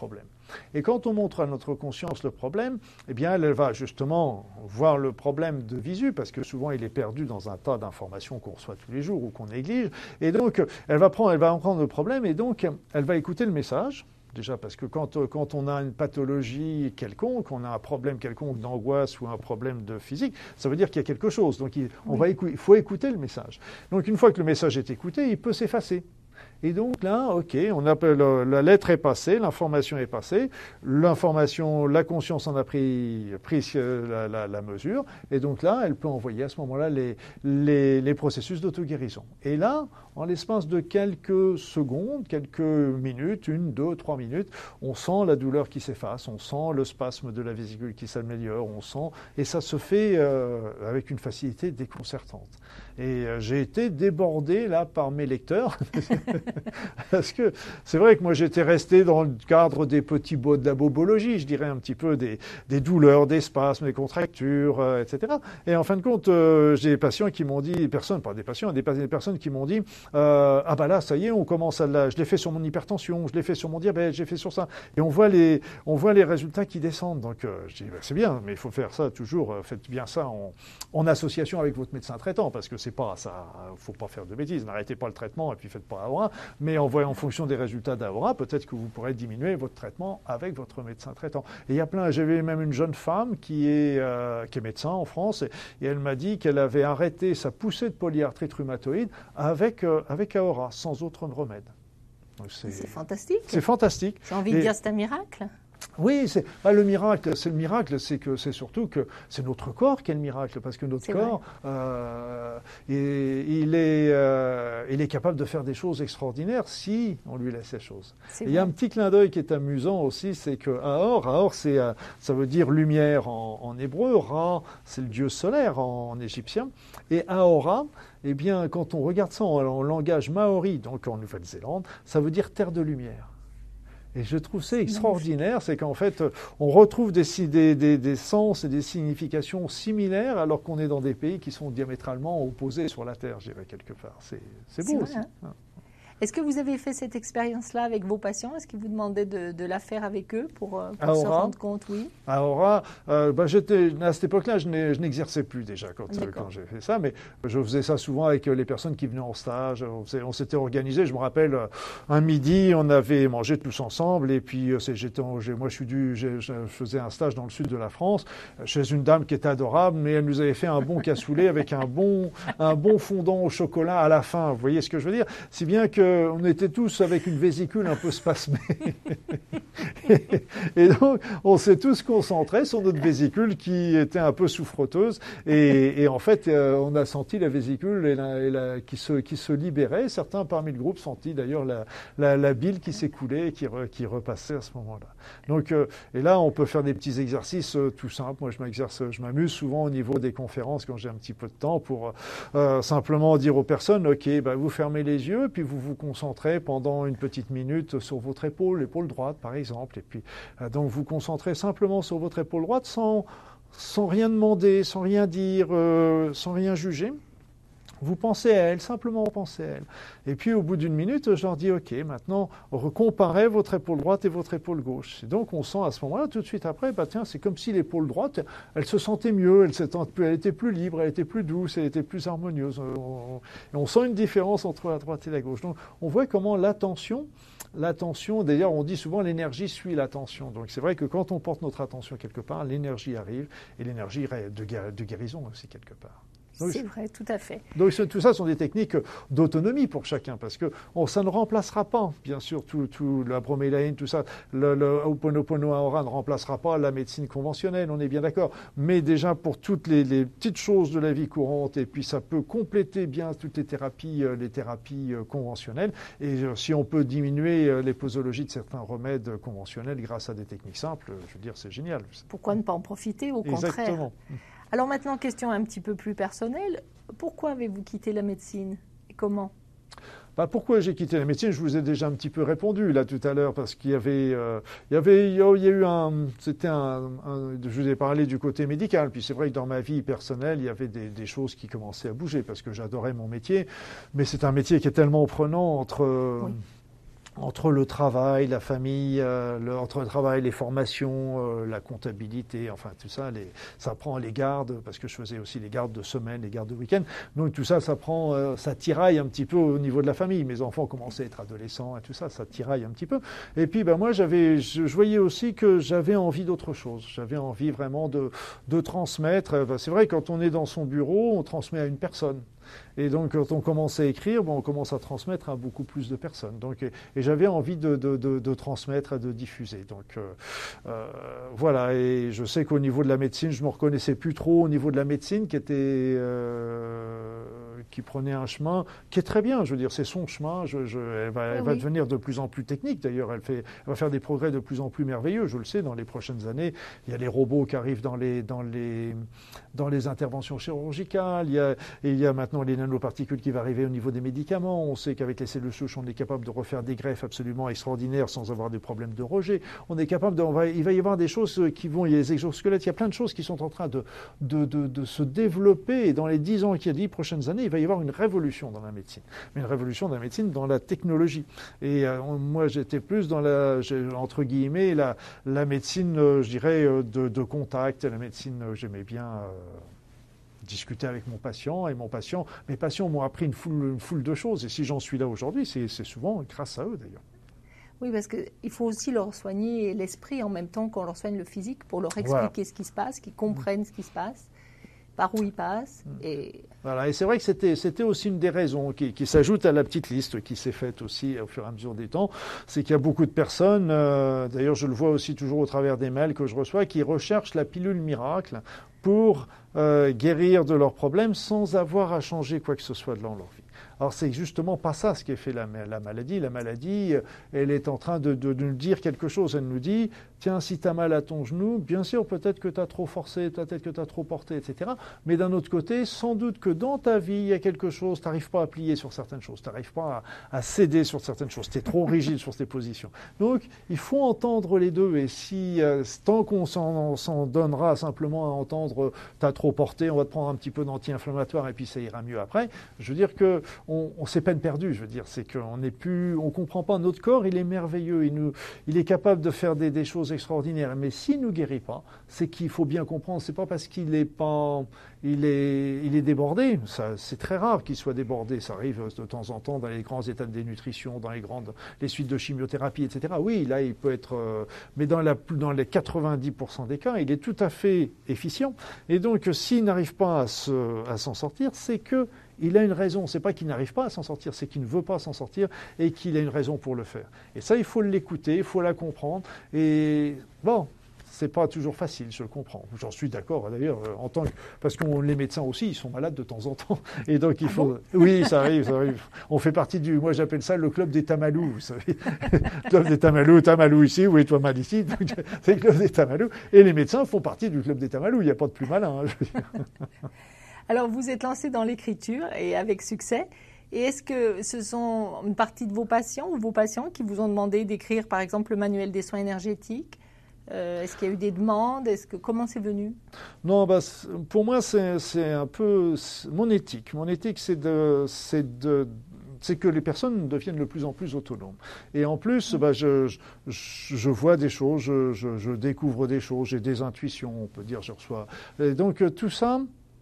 Et quand on montre à notre conscience le problème, eh bien, elle va justement voir le problème de visu, parce que souvent, il est perdu dans un tas d'informations qu'on reçoit tous les jours ou qu'on néglige. Et donc, elle va prendre, elle va prendre le problème et donc, elle va écouter le message. Déjà parce que quand, quand on a une pathologie quelconque, on a un problème quelconque d'angoisse ou un problème de physique, ça veut dire qu'il y a quelque chose. Donc il, on oui. va écou- il faut écouter le message. Donc une fois que le message est écouté, il peut s'effacer. Et donc là, ok, on appelle, la lettre est passée, l'information est passée, l'information, la conscience en a pris, pris la, la, la mesure, et donc là, elle peut envoyer à ce moment-là les, les, les processus d'auto-guérison. Et là, en l'espace de quelques secondes, quelques minutes, une, deux, trois minutes, on sent la douleur qui s'efface, on sent le spasme de la vésicule qui s'améliore, on sent, et ça se fait euh, avec une facilité déconcertante. Et euh, j'ai été débordé là par mes lecteurs, parce que c'est vrai que moi j'étais resté dans le cadre des petits bouts de la bobologie, je dirais un petit peu des, des douleurs, des spasmes, des contractures, euh, et cetera. Et en fin de compte, euh, j'ai des patients qui m'ont dit, des personnes, pas des patients, des, des personnes qui m'ont dit, euh, ah bah là, ça y est, on commence à la, je l'ai fait sur mon hypertension, je l'ai fait sur mon diabète, j'ai fait sur ça. Et on voit les, on voit les résultats qui descendent. Donc euh, je dis, bah, c'est bien, mais il faut faire ça toujours, euh, faites bien ça en, en association avec votre médecin traitant, parce que c'est pas ça, faut pas faire de bêtises, n'arrêtez pas le traitement et puis faites pas Aora, mais en voyant en fonction des résultats d'Aora, peut-être que vous pourrez diminuer votre traitement avec votre médecin traitant. Et il y a plein, j'avais même une jeune femme qui est, euh, qui est médecin en France, et, et elle m'a dit qu'elle avait arrêté sa poussée de polyarthrite rhumatoïde avec, euh, avec Aora, sans autre remède. Donc c'est, c'est fantastique. C'est fantastique. J'ai envie et, de dire c'est un miracle. Oui, c'est bah, le miracle. C'est le miracle, c'est que c'est surtout que c'est notre corps qui est le miracle, parce que notre c'est corps, euh, il, il est, euh, il est capable de faire des choses extraordinaires si on lui laisse ces choses. Il y a un petit clin d'œil qui est amusant aussi, c'est que Aor, Aor, c'est euh, ça veut dire lumière en, en hébreu. Ra, c'est le dieu solaire en, en égyptien, et Aora. Eh bien, quand on regarde ça en, en langage maori, donc en Nouvelle-Zélande, ça veut dire terre de lumière. Et je trouve ça extraordinaire, c'est qu'en fait, on retrouve des, des, des, des sens et des significations similaires alors qu'on est dans des pays qui sont diamétralement opposés sur la Terre, je dirais, quelque part. C'est, c'est beau c'est aussi. Hein. Est-ce que vous avez fait cette expérience-là avec vos patients? Est-ce qu'ils vous demandaient de, de la faire avec eux pour, pour se rendre compte? Oui. À Aora, euh, bah, j'étais, à cette époque-là, je, je n'exerçais plus déjà quand, euh, quand j'ai fait ça, mais je faisais ça souvent avec les personnes qui venaient en stage. On, on s'était organisé, je me rappelle, un midi, on avait mangé tous ensemble, et puis c'est, j'étais, j'ai, moi je, suis dû, j'ai, je faisais un stage dans le sud de la France, chez une dame qui était adorable, mais elle nous avait fait un bon cassoulet avec un bon, un bon fondant au chocolat à la fin. Vous voyez ce que je veux dire? Si bien que on était tous avec une vésicule un peu spasmée. et, et donc, on s'est tous concentrés sur notre vésicule qui était un peu souffreteuse. Et, et en fait, euh, on a senti la vésicule et la, et la, qui, se, qui se libérait. Certains parmi le groupe sentit d'ailleurs la, la, la bile qui s'écoulait et qui, re, qui repassait à ce moment-là. Donc, euh, et là, on peut faire des petits exercices euh, tout simples. Moi, je m'exerce, je m'amuse souvent au niveau des conférences quand j'ai un petit peu de temps pour euh, simplement dire aux personnes, OK, bah, vous fermez les yeux, puis vous vous concentrez pendant une petite minute sur votre épaule, l'épaule droite par exemple, et puis euh, donc vous concentrez simplement sur votre épaule droite sans, sans rien demander, sans rien dire, euh, sans rien juger. Vous pensez à elle, simplement pensez à elle. Et puis au bout d'une minute, je leur dis, OK, maintenant, comparez votre épaule droite et votre épaule gauche. Et donc on sent à ce moment-là, tout de suite après, bah, tiens, c'est comme si l'épaule droite, elle se sentait mieux, elle, elle était plus libre, elle était plus douce, elle était plus harmonieuse. On, et on sent une différence entre la droite et la gauche. Donc on voit comment l'attention, l'attention, d'ailleurs on dit souvent l'énergie suit l'attention. Donc c'est vrai que quand on porte notre attention quelque part, l'énergie arrive, et l'énergie de, de guérison aussi quelque part. Donc, c'est vrai, tout à fait. Donc tout ça sont des techniques d'autonomie pour chacun, parce que on, ça ne remplacera pas, bien sûr, tout, tout la bromélaïne, tout ça, le, le Ho'oponopono Aora ne remplacera pas la médecine conventionnelle, on est bien d'accord. Mais déjà pour toutes les, les petites choses de la vie courante, et puis ça peut compléter bien toutes les thérapies, les thérapies conventionnelles. Et si on peut diminuer les posologies de certains remèdes conventionnels grâce à des techniques simples, je veux dire, c'est génial. Pourquoi ne pas en profiter, au contraire? Exactement. Alors maintenant, question un petit peu plus personnelle. Pourquoi avez-vous quitté la médecine et comment? Bah, pourquoi j'ai quitté la médecine? Je vous ai déjà un petit peu répondu là tout à l'heure, parce qu'il y avait, euh, il y avait, il y a eu un, c'était un, un, je vous ai parlé du côté médical. Puis c'est vrai que dans ma vie personnelle, il y avait des, des choses qui commençaient à bouger parce que j'adorais mon métier, mais c'est un métier qui est tellement prenant entre. Euh, oui. entre le travail, la famille, euh, le, entre le travail, les formations, euh, la comptabilité, enfin tout ça, les, ça prend les gardes, parce que je faisais aussi les gardes de semaine, les gardes de week-end. Donc tout ça, ça prend, euh, ça tiraille un petit peu au niveau de la famille. Mes enfants commençaient à être adolescents et tout ça, ça tiraille un petit peu. Et puis ben moi, j'avais, je, je voyais aussi que j'avais envie d'autre chose. J'avais envie vraiment de, de transmettre. C'est vrai, quand on est dans son bureau, on transmet à une personne. Et donc, quand on commence à écrire, bon, on commence à transmettre à beaucoup plus de personnes. Donc, et, et j'avais envie de, de, de, de transmettre et de diffuser. Donc, euh, euh, voilà. Et je sais qu'au niveau de la médecine, je ne me reconnaissais plus trop au niveau de la médecine qui était, euh, qui prenait un chemin qui est très bien. Je veux dire, c'est son chemin. Je, je, elle va, elle oui, va oui. devenir de plus en plus technique. D'ailleurs, elle, fait, elle va faire des progrès de plus en plus merveilleux. Je le sais, dans les prochaines années, il y a les robots qui arrivent dans les, dans les, dans les interventions chirurgicales. Il y a, il y a maintenant les nanoparticules qui vont arriver au niveau des médicaments. On sait qu'avec les cellules souches, on est capable de refaire des greffes absolument extraordinaires sans avoir des problèmes de rejet. On est capable de, on va, il va y avoir des choses qui vont, il y a les exosquelettes, il y a plein de choses qui sont en train de, de, de, de se développer. Et dans les dix ans, qui a dix prochaines années, il va y avoir une révolution dans la médecine. Mais une révolution dans la médecine, dans la technologie. Et euh, moi, j'étais plus dans la, entre guillemets, la, la médecine, euh, je dirais, de, de contact. La médecine, euh, j'aimais bien. Euh, discuter avec mon patient, et mon patient, mes patients m'ont appris une foule, une foule de choses, et si j'en suis là aujourd'hui, c'est, c'est souvent grâce à eux d'ailleurs. Oui, parce qu'il faut aussi leur soigner l'esprit en même temps qu'on leur soigne le physique pour leur expliquer voilà. ce qui se passe, qu'ils comprennent mmh. ce qui se passe, par où ils passent. Mmh. Et... Voilà, et c'est vrai que c'était, c'était aussi une des raisons qui, qui s'ajoute à la petite liste qui s'est faite aussi au fur et à mesure des temps, c'est qu'il y a beaucoup de personnes, euh, d'ailleurs je le vois aussi toujours au travers des mails que je reçois, qui recherchent la pilule miracle pour euh, guérir de leurs problèmes sans avoir à changer quoi que ce soit dans leur vie. Alors c'est justement pas ça ce qui fait la, la maladie. La maladie, elle est en train de, de, de nous dire quelque chose. Elle nous dit, tiens, si tu as mal à ton genou, bien sûr, peut-être que tu as trop forcé, peut-être que tu as trop porté, et cetera. Mais d'un autre côté, sans doute que dans ta vie, il y a quelque chose, tu n'arrives pas à plier sur certaines choses, tu n'arrives pas à, à céder sur certaines choses, tu es trop rigide sur tes positions. Donc, il faut entendre les deux. Et si, euh, tant qu'on s'en, s'en donnera simplement à entendre, tu as trop porté, on va te prendre un petit peu d'anti-inflammatoire et puis ça ira mieux après, je veux dire que on, on c'est peine perdue, je veux dire, c'est qu'on n'est plus, on comprend pas, notre corps, il est merveilleux, il nous, il est capable de faire des, des choses extraordinaires, mais s'il nous guérit pas, c'est qu'il faut bien comprendre, c'est pas parce qu'il est pas, il est, il est débordé, ça, c'est très rare qu'il soit débordé, ça arrive de temps en temps dans les grands états de dénutrition, dans les grandes, les suites de chimiothérapie, et cetera. Oui, là, il peut être, euh, mais dans la, dans les quatre-vingt-dix pour cent des cas, il est tout à fait efficient, et donc, s'il n'arrive pas à se, à s'en sortir, c'est que il a une raison, c'est pas qu'il n'arrive pas à s'en sortir, c'est qu'il ne veut pas s'en sortir et qu'il a une raison pour le faire. Et ça, il faut l'écouter, il faut la comprendre. Et bon, c'est pas toujours facile, je le comprends. J'en suis d'accord d'ailleurs, en tant que parce que les médecins aussi, ils sont malades de temps en temps. Et donc il faut, ah bon oui, ça arrive, ça arrive. On fait partie du, moi j'appelle ça le club des tamalous, vous savez, club des tamalous, tamalou ici, oui, toi mal ici, c'est le club des tamalous. Et les médecins font partie du club des tamalous. Il n'y a pas de plus malin. Hein, je veux dire. Alors, vous êtes lancé dans l'écriture et avec succès. Et est-ce que ce sont une partie de vos patients ou vos patients qui vous ont demandé d'écrire, par exemple, le manuel des soins énergétiques ? euh, Est-ce qu'il y a eu des demandes ? Est-ce que comment c'est venu ? Non, bah, pour moi, c'est, c'est un peu mon éthique. Mon éthique, c'est de, c'est de c'est que les personnes deviennent de plus en plus autonomes. Et en plus, bah, je, je, je vois des choses, je, je, je découvre des choses, j'ai des intuitions, on peut dire, je reçois. Et donc, tout ça...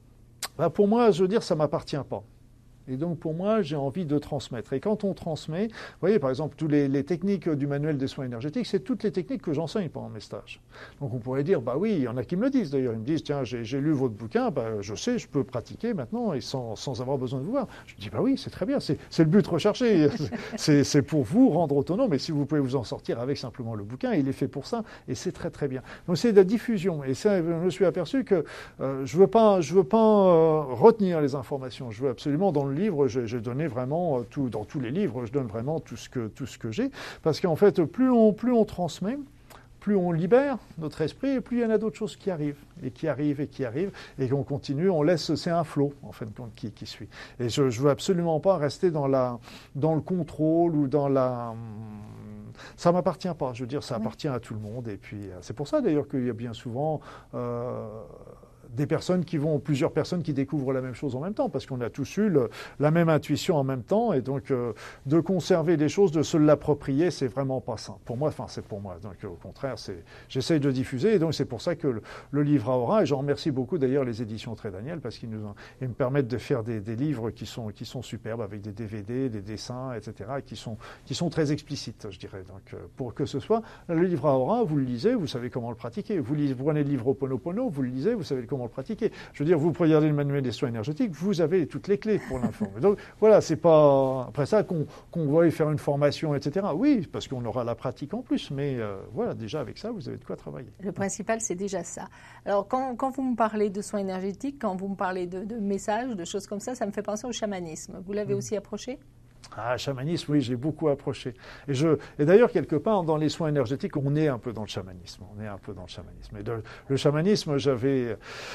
Ben pour moi, je veux dire, ça ne m'appartient pas. Et donc, pour moi, j'ai envie de transmettre. Et quand on transmet, vous voyez, par exemple, toutes les, les techniques du manuel des soins énergétiques, c'est toutes les techniques que j'enseigne pendant mes stages. Donc, on pourrait dire, bah oui, il y en a qui me le disent d'ailleurs. Ils me disent, tiens, j'ai, j'ai lu votre bouquin, bah, je sais, je peux pratiquer maintenant et sans, sans avoir besoin de vous voir. Je dis, bah oui, c'est très bien, c'est, c'est le but recherché. c'est, c'est pour vous rendre autonome. Et si vous pouvez vous en sortir avec simplement le bouquin, il est fait pour ça et c'est très, très bien. Donc, c'est de la diffusion. Et ça, je me suis aperçu que euh, je ne veux pas, je veux pas euh, retenir les informations. Je veux absolument, dans le livre, j'ai, j'ai donné vraiment tout, dans tous les livres, je donne vraiment tout ce que, tout ce que j'ai. Parce qu'en fait, plus on, plus on transmet, plus on libère notre esprit, et plus il y en a d'autres choses qui arrivent, et qui arrivent, et qui arrivent, et qu'on continue, on laisse, c'est un flot, en fin de compte, qui, qui suit. Et je ne veux absolument pas rester dans, la, dans le contrôle ou dans la... Ça ne m'appartient pas, je veux dire, ça appartient à tout le monde. Et puis, c'est pour ça, d'ailleurs, qu'il y a bien souvent... Euh, des personnes qui vont, plusieurs personnes qui découvrent la même chose en même temps, parce qu'on a tous eu le, la même intuition en même temps, et donc euh, de conserver les choses, de se l'approprier, c'est vraiment pas sain. Pour moi, enfin c'est pour moi, donc au contraire, c'est, j'essaye de diffuser, et donc c'est pour ça que le, le livre à aura, et j'en remercie beaucoup d'ailleurs les éditions Très Daniel, parce qu'ils nous ont, ils me permettent de faire des, des livres qui sont, qui sont superbes, avec des D V D, des dessins, et cetera, et qui sont, qui sont très explicites, je dirais. Donc euh, pour que ce soit, le livre à aura, vous le lisez, vous savez comment le pratiquer. Vous, lisez, vous prenez le livre Ho'oponopono, vous le lisez, vous savez comment le pratiquer. Je veux dire, vous regardez le manuel des soins énergétiques, vous avez toutes les clés pour l'informer. Donc voilà, c'est pas après ça qu'on qu'on va faire une formation, et cetera. Oui, parce qu'on aura la pratique en plus, mais euh, voilà, déjà avec ça, vous avez de quoi travailler. Le principal, c'est déjà ça. Alors quand, quand vous me parlez de soins énergétiques, quand vous me parlez de, de messages, de choses comme ça, ça me fait penser au chamanisme. Vous l'avez mmh. aussi approché ? Ah, chamanisme, oui, j'ai beaucoup approché. Et, je, et d'ailleurs, quelque part, dans les soins énergétiques, on est un peu dans le chamanisme. On est un peu dans le chamanisme. Et de, le chamanisme, j'avais...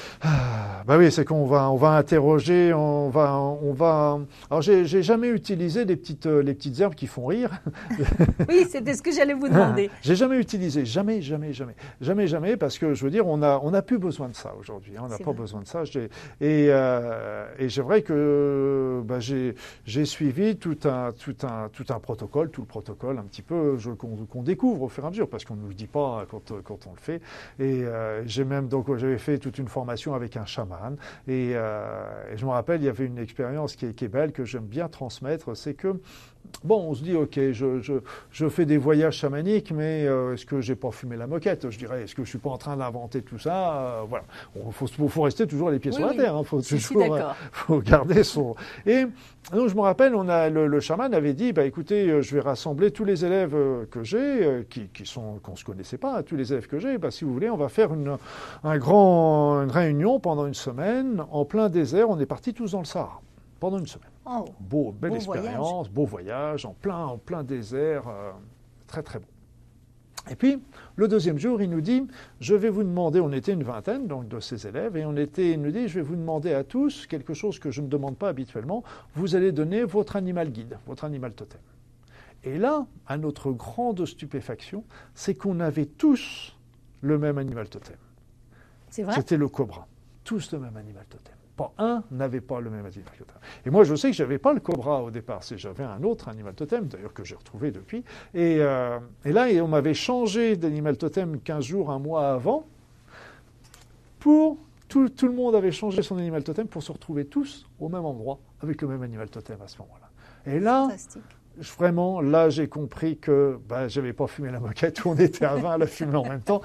Ah, bah oui, c'est qu'on va, on va interroger, on va... On va alors, j'ai, j'ai jamais utilisé les petites, les petites herbes qui font rire. Oui, c'était ce que j'allais vous demander. J'ai jamais utilisé, jamais, jamais, jamais. Jamais, jamais, parce que, je veux dire, on a, on a plus besoin de ça aujourd'hui. Hein, on n'a pas vrai. besoin de ça. J'ai, et, euh, et c'est vrai que bah, j'ai, j'ai suivi tout Un, tout, un, tout un protocole, tout le protocole un petit peu je, qu'on, qu'on découvre au fur et à mesure, parce qu'on ne nous le dit pas quand, quand on le fait. Et euh, j'ai même, donc j'avais fait toute une formation avec un chaman, et, euh, et je me rappelle, il y avait une expérience qui est, qui est belle, que j'aime bien transmettre, c'est que bon, on se dit, ok, je, je, je fais des voyages chamaniques, mais euh, est-ce que j'ai pas fumé la moquette? Je dirais, est-ce que je suis pas en train d'inventer tout ça? euh, Voilà. Il faut, faut, faut rester toujours les pieds oui, sur oui. la terre. Hein. Faut je toujours, suis d'accord. Faut garder son. Et donc, je me rappelle, on a le, le chaman avait dit, bah écoutez, je vais rassembler tous les élèves que j'ai, qui, qui sont qu'on se connaissait pas, tous les élèves que j'ai. Bah, si vous voulez, on va faire une, un grand, une réunion pendant une semaine en plein désert. On est partis tous dans le Sahara pendant une semaine. Oh, beau, belle beau expérience, voyage. beau voyage, en plein, en plein désert, euh, très très bon. Et puis, le deuxième jour, il nous dit, je vais vous demander, on était une vingtaine donc, de ces élèves, et on était, il nous dit, je vais vous demander à tous quelque chose que je ne demande pas habituellement, vous allez donner votre animal guide, votre animal totem. Et là, à notre grande stupéfaction, c'est qu'on avait tous le même animal totem. C'est vrai ? C'était le cobra, tous le même animal totem. Pas un n'avait pas le même animal totem. Et moi, je sais que je n'avais pas le cobra au départ, c'est j'avais un autre animal totem, d'ailleurs que j'ai retrouvé depuis. Et, euh, et là, et on m'avait changé d'animal totem quinze jours, un mois avant, pour... Tout, tout le monde avait changé son animal totem pour se retrouver tous au même endroit, avec le même animal totem à ce moment-là. Et là... Fantastique. Vraiment, là, j'ai compris que bah, je n'avais pas fumé la moquette, on était à vingt à la fumer en même temps.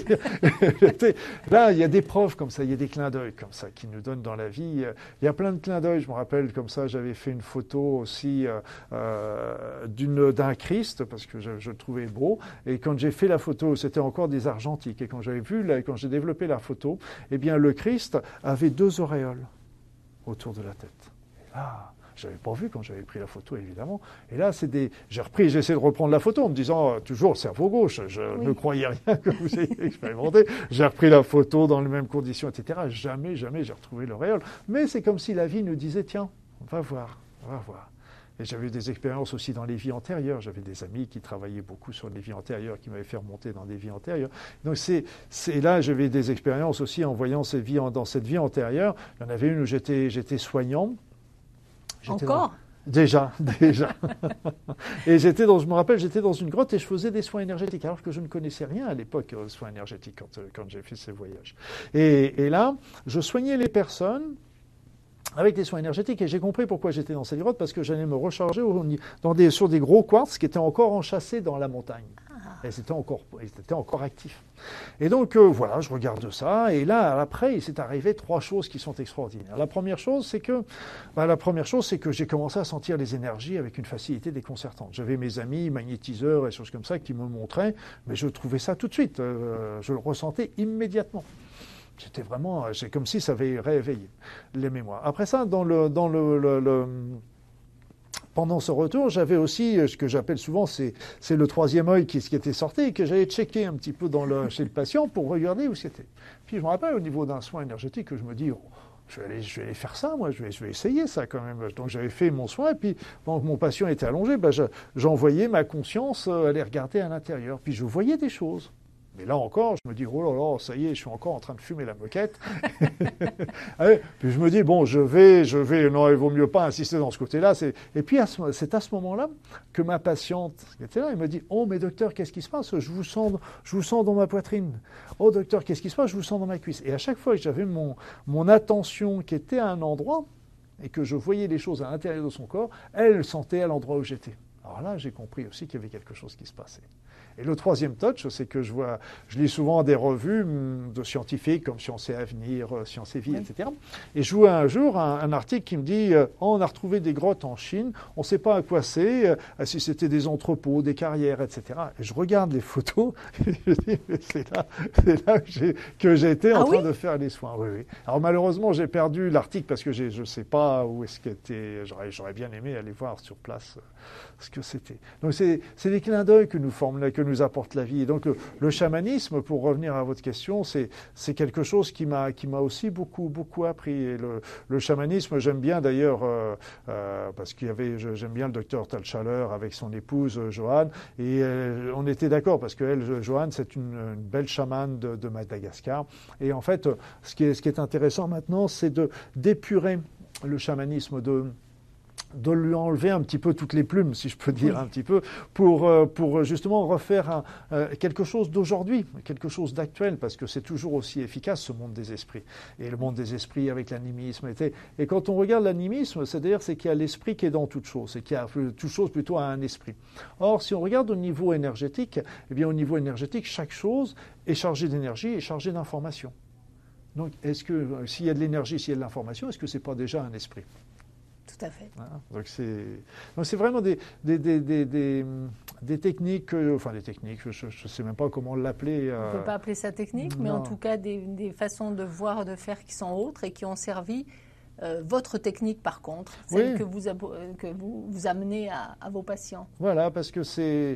Là, il y a des preuves comme ça, il y a des clins d'œil comme ça qui nous donnent dans la vie. Il y a plein de clins d'œil. Je me rappelle comme ça, j'avais fait une photo aussi euh, d'une, d'un Christ, parce que je, je le trouvais beau. Et quand j'ai fait la photo, c'était encore des argentiques. Et quand j'avais vu, là, quand j'ai développé la photo, eh bien, le Christ avait deux auréoles autour de la tête. Et là... Je n'avais pas vu quand j'avais pris la photo, évidemment. Et là, c'est des... j'ai repris, j'ai essayé de reprendre la photo en me disant, euh, toujours le cerveau gauche, je oui. ne croyais rien que vous ayez expérimenté. J'ai repris la photo dans les mêmes conditions, et cetera. Jamais, jamais j'ai retrouvé l'auréole. Mais c'est comme si la vie nous disait, tiens, on va voir, on va voir. Et j'avais eu des expériences aussi dans les vies antérieures. J'avais des amis qui travaillaient beaucoup sur les vies antérieures, qui m'avaient fait remonter dans des vies antérieures. Donc c'est, c'est là, j'avais des expériences aussi en voyant ces vies, dans cette vie antérieure. Il y en avait une où j'étais, j'étais soignant. J'étais Encore dans... Déjà, déjà. Et j'étais dans, je me rappelle, j'étais dans une grotte et je faisais des soins énergétiques, alors que je ne connaissais rien à l'époque aux soins énergétiques quand, quand j'ai fait ces voyages. Et, et là, je soignais les personnes avec des soins énergétiques et j'ai compris pourquoi j'étais dans cette grotte, parce que j'allais me recharger au, dans des, sur des gros quartz qui étaient encore enchâssés dans la montagne. Et c'était encore, c'était encore actif. Et donc, euh, voilà, je regarde ça. Et là, après, il s'est arrivé trois choses qui sont extraordinaires. La première chose, c'est que, bah, la première chose, c'est que j'ai commencé à sentir les énergies avec une facilité déconcertante. J'avais mes amis magnétiseurs et choses comme ça qui me montraient, mais je trouvais ça tout de suite. Euh, je le ressentais immédiatement. C'était vraiment, c'est comme si ça avait réveillé les mémoires. Après ça, dans le, dans le, le, le pendant ce retour, j'avais aussi ce que j'appelle souvent, c'est, c'est le troisième œil qui, qui était sorti et que j'avais checké un petit peu dans le, chez le patient pour regarder où c'était. Puis je me rappelle au niveau d'un soin énergétique que je me dis, oh, je vais aller, je vais aller faire ça, moi, je vais, je vais essayer ça quand même. Donc j'avais fait mon soin et puis pendant que mon patient était allongé, ben, je, j'envoyais ma conscience aller regarder à l'intérieur. Puis je voyais des choses. Mais là encore, je me dis, oh là là, ça y est, je suis encore en train de fumer la moquette. Allez, puis je me dis, bon, je vais, je vais, non, il vaut mieux pas insister dans ce côté-là. C'est... Et puis, c'est à ce moment-là que ma patiente qui était là, elle me dit, oh, mais docteur, qu'est-ce qui se passe? Je vous sens, je vous sens dans ma poitrine. Oh, docteur, qu'est-ce qui se passe? Je vous sens dans ma cuisse. Et à chaque fois que j'avais mon, mon attention qui était à un endroit et que je voyais les choses à l'intérieur de son corps, elle sentait à l'endroit où j'étais. Alors là, j'ai compris aussi qu'il y avait quelque chose qui se passait. Et le troisième touch, c'est que je vois, je lis souvent des revues de scientifiques comme Science et Avenir, Science et Vie, oui. et cetera. Et je vois un jour un, un article qui me dit oh, on a retrouvé des grottes en Chine, on ne sait pas à quoi c'est, si c'était des entrepôts, des carrières, et cetera. Et je regarde les photos et je dis mais c'est là, c'est là que, j'ai, que j'étais en ah, train oui de faire les soins. Oui, oui. Alors malheureusement, j'ai perdu l'article parce que j'ai, je ne sais pas où est-ce qu'il était. J'aurais, j'aurais bien aimé aller voir sur place ce que c'était. Donc c'est, c'est des clins d'œil que nous formons, que nous apporte la vie. Et donc le, le chamanisme, pour revenir à votre question, c'est, c'est quelque chose qui m'a, qui m'a aussi beaucoup, beaucoup appris. Et le, le chamanisme, j'aime bien d'ailleurs, euh, euh, parce qu'il y avait, j'aime bien le docteur Talchaler avec son épouse euh, Joanne, et euh, on était d'accord parce qu'elle, Joanne, c'est une, une belle chamane de, de Madagascar. Et en fait, ce qui est, ce qui est intéressant maintenant, c'est de, d'épurer le chamanisme, de de lui enlever un petit peu toutes les plumes, si je peux dire oui. un petit peu, pour, pour justement refaire un, euh, quelque chose d'aujourd'hui, quelque chose d'actuel, parce que c'est toujours aussi efficace, ce monde des esprits. Et le monde des esprits avec l'animisme. Et, et quand on regarde l'animisme, c'est-à-dire c'est qu'il y a l'esprit qui est dans toute chose, et qu'il y a toute chose plutôt à un esprit. Or, si on regarde au niveau énergétique, eh bien au niveau énergétique, chaque chose est chargée d'énergie et chargée d'information. Donc, est-ce que s'il y a de l'énergie, s'il y a de l'information, est-ce que ce n'est pas déjà un esprit ? Tout à fait. Voilà. Donc, c'est, donc c'est vraiment des, des, des, des, des, des techniques, enfin des techniques, je ne sais même pas comment l'appeler. Euh... On ne peut pas appeler ça technique, non. mais en tout cas des, des façons de voir, de faire qui sont autres et qui ont servi euh, votre technique par contre, celle oui. que, vous, que vous, vous amenez à, à vos patients. Voilà, parce que c'est...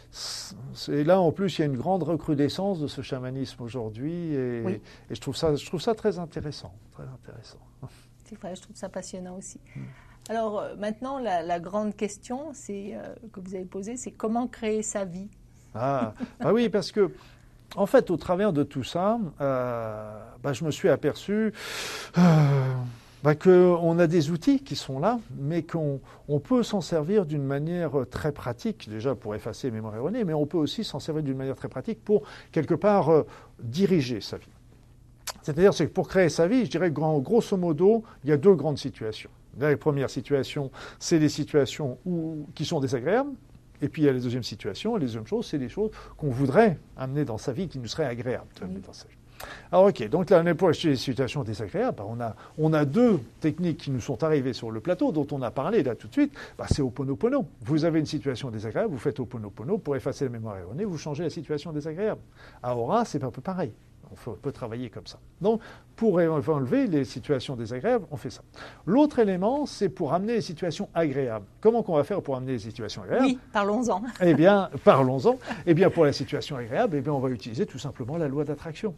Et là, en plus, il y a une grande recrudescence de ce chamanisme aujourd'hui et, oui. et je, trouve ça, je trouve ça très intéressant, très intéressant. C'est vrai, je trouve ça passionnant aussi. Mmh. Alors euh, maintenant, la, la grande question c'est, euh, que vous avez posée, c'est comment créer sa vie ? Ah, ah oui, parce que, en fait, au travers de tout ça, euh, bah, je me suis aperçu euh, bah, qu'on a des outils qui sont là, mais qu'on on peut s'en servir d'une manière très pratique, déjà pour effacer les mémoires erronées, mais on peut aussi s'en servir d'une manière très pratique pour, quelque part, euh, diriger sa vie. C'est-à-dire c'est que pour créer sa vie, je dirais grosso modo, il y a deux grandes situations. La première situation, c'est les situations où, qui sont désagréables. Et puis il y a les deuxièmes situations. Et les deuxièmes choses, c'est les choses qu'on voudrait amener dans sa vie, qui nous seraient agréables de amener dans sa vie. Alors ok, donc là, pour acheter les situations désagréables, on a, on a deux techniques qui nous sont arrivées sur le plateau, dont on a parlé là tout de suite, bah, c'est Ho'oponopono. Vous avez une situation désagréable, vous faites Ho'oponopono pour effacer la mémoire erronée, vous changez la situation désagréable. À Aura, c'est un peu pareil. On peut travailler comme ça. Donc, pour enlever les situations désagréables, on fait ça. L'autre élément, c'est pour amener les situations agréables. Comment qu'on va faire pour amener les situations agréables ? Oui, parlons-en. Eh bien, parlons-en. Eh bien, pour la situation agréable, eh bien, on va utiliser tout simplement la loi d'attraction.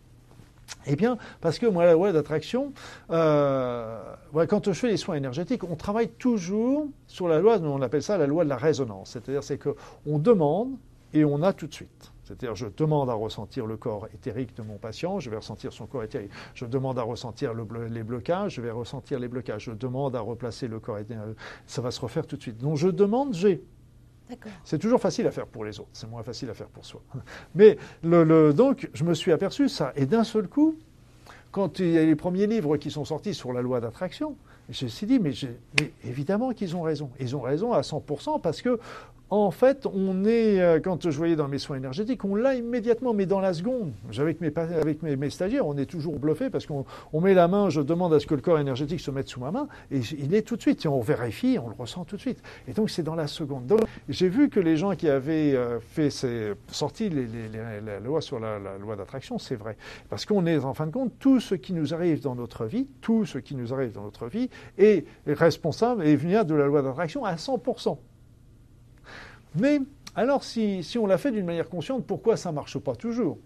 Eh bien, parce que moi, la loi d'attraction, euh, ouais, quand je fais les soins énergétiques, on travaille toujours sur la loi, on appelle ça la loi de la résonance. C'est-à-dire, c'est qu'on demande et on a tout de suite. C'est-à-dire, je demande à ressentir le corps éthérique de mon patient, je vais ressentir son corps éthérique. Je demande à ressentir le blo- les blocages, je vais ressentir les blocages. Je demande à replacer le corps éthérique, ça va se refaire tout de suite. Donc, je demande, j'ai. D'accord. C'est toujours facile à faire pour les autres, c'est moins facile à faire pour soi. Mais le, le, donc, je me suis aperçu ça. Et d'un seul coup, quand il y a les premiers livres qui sont sortis sur la loi d'attraction, je me suis dit, mais, mais évidemment qu'ils ont raison. Ils ont raison à cent pour cent parce que, en fait, on est, quand je voyais dans mes soins énergétiques, on l'a immédiatement, mais dans la seconde. Avec mes, avec mes, mes stagiaires, on est toujours bluffé parce qu'on on met la main, je demande à ce que le corps énergétique se mette sous ma main, et il est tout de suite. Et on vérifie, on le ressent tout de suite. Et donc, c'est dans la seconde. Donc, j'ai vu que les gens qui avaient fait ces, sorti les, les, les, la loi sur la, la loi d'attraction, c'est vrai. Parce qu'on est, en fin de compte, tout ce qui nous arrive dans notre vie, tout ce qui nous arrive dans notre vie est responsable et vient de la loi d'attraction à cent pour cent. Mais alors, si, si on l'a fait d'une manière consciente, pourquoi ça ne marche pas toujours ?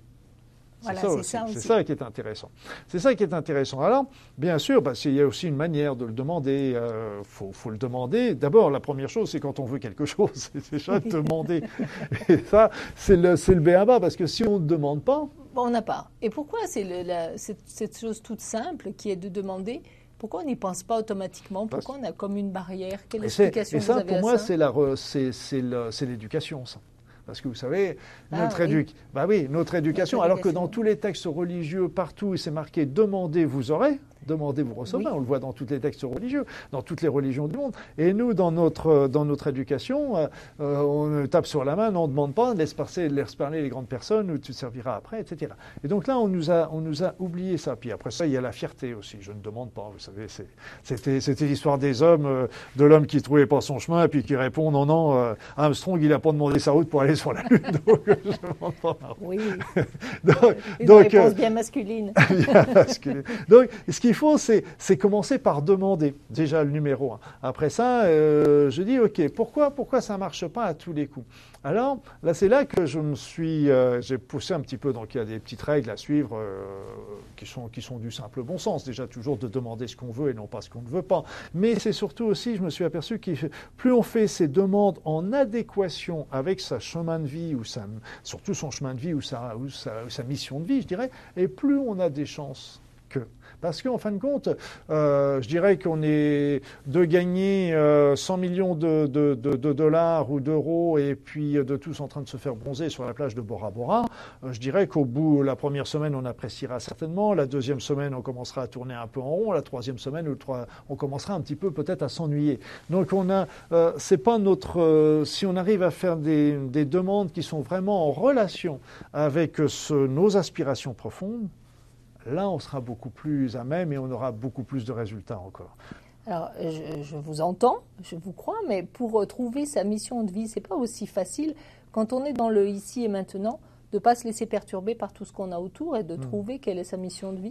Voilà, c'est ça, c'est aussi. ça aussi. C'est ça qui est intéressant. C'est ça qui est intéressant. Alors, bien sûr, bah, il y a aussi une manière de le demander. Il euh, faut, faut le demander. D'abord, la première chose, c'est quand on veut quelque chose, c'est déjà de demander. Et ça, c'est le, c'est le B A bas, parce que si on ne demande pas... Bon, on n'a pas. Et pourquoi c'est le, la, cette, cette chose toute simple qui est de demander? Pourquoi on n'y pense pas automatiquement? Pourquoi on a comme une barrière? Quelle explication et ça, vous avez pour à moi, ça? c'est la, c'est, c'est le, c'est l'éducation, ça. Parce que vous savez, notre, ah, édu... oui. bah oui, notre éducation, notre alors éducation. que dans tous les textes religieux, partout, c'est marqué « demandez, vous aurez », demandez, vous recevrez. Oui. On le voit dans tous les textes religieux, dans toutes les religions du monde. Et nous, dans notre, dans notre éducation, euh, on tape sur la main, non, on ne demande pas, laisse, passer, laisse parler les grandes personnes, ou tu te serviras après, et cetera. Et donc là, on nous a, on nous a oublié ça. Puis après ça, il y a la fierté aussi. Je ne demande pas, vous savez, c'est, c'était, c'était l'histoire des hommes, euh, de l'homme qui ne trouvait pas son chemin, et puis qui répond « non, non, euh, Armstrong, il n'a pas demandé sa route pour aller sur la Lune, donc je ne demande pas ma route. » Oui, donc, une donc, réponse euh, bien masculine. bien masculine. Donc, ce qu'il faut, c'est, c'est commencer par demander, déjà le numéro un. Après ça, euh, je dis, OK, pourquoi, pourquoi ça ne marche pas à tous les coups? Alors, là, c'est là que je me suis, euh, j'ai poussé un petit peu, donc il y a des petites règles à suivre euh, qui sont, qui sont du simple bon sens. Déjà, toujours de demander ce qu'on veut et non pas ce qu'on ne veut pas. Mais c'est surtout aussi, je me suis aperçu que plus on fait ces demandes en adéquation avec sa chemin de vie, ou sa, surtout son chemin de vie ou sa, ou sa, ou sa mission de vie, je dirais, et plus on a des chances que... Parce qu'en fin de compte, euh, je dirais qu'on est de gagner euh, cent millions de, de, de, de dollars ou d'euros et puis de tous en train de se faire bronzer sur la plage de Bora Bora. Euh, je dirais qu'au bout, la première semaine, on appréciera certainement. La deuxième semaine, on commencera à tourner un peu en rond. La troisième semaine, on commencera un petit peu peut-être à s'ennuyer. Donc on a, euh, c'est pas notre, euh, si on arrive à faire des, des demandes qui sont vraiment en relation avec ce, nos aspirations profondes, là, on sera beaucoup plus à même et on aura beaucoup plus de résultats encore. Alors, je, je vous entends, je vous crois, mais pour trouver sa mission de vie, c'est pas aussi facile quand on est dans le ici et maintenant de ne pas se laisser perturber par tout ce qu'on a autour et de mmh. trouver quelle est sa mission de vie.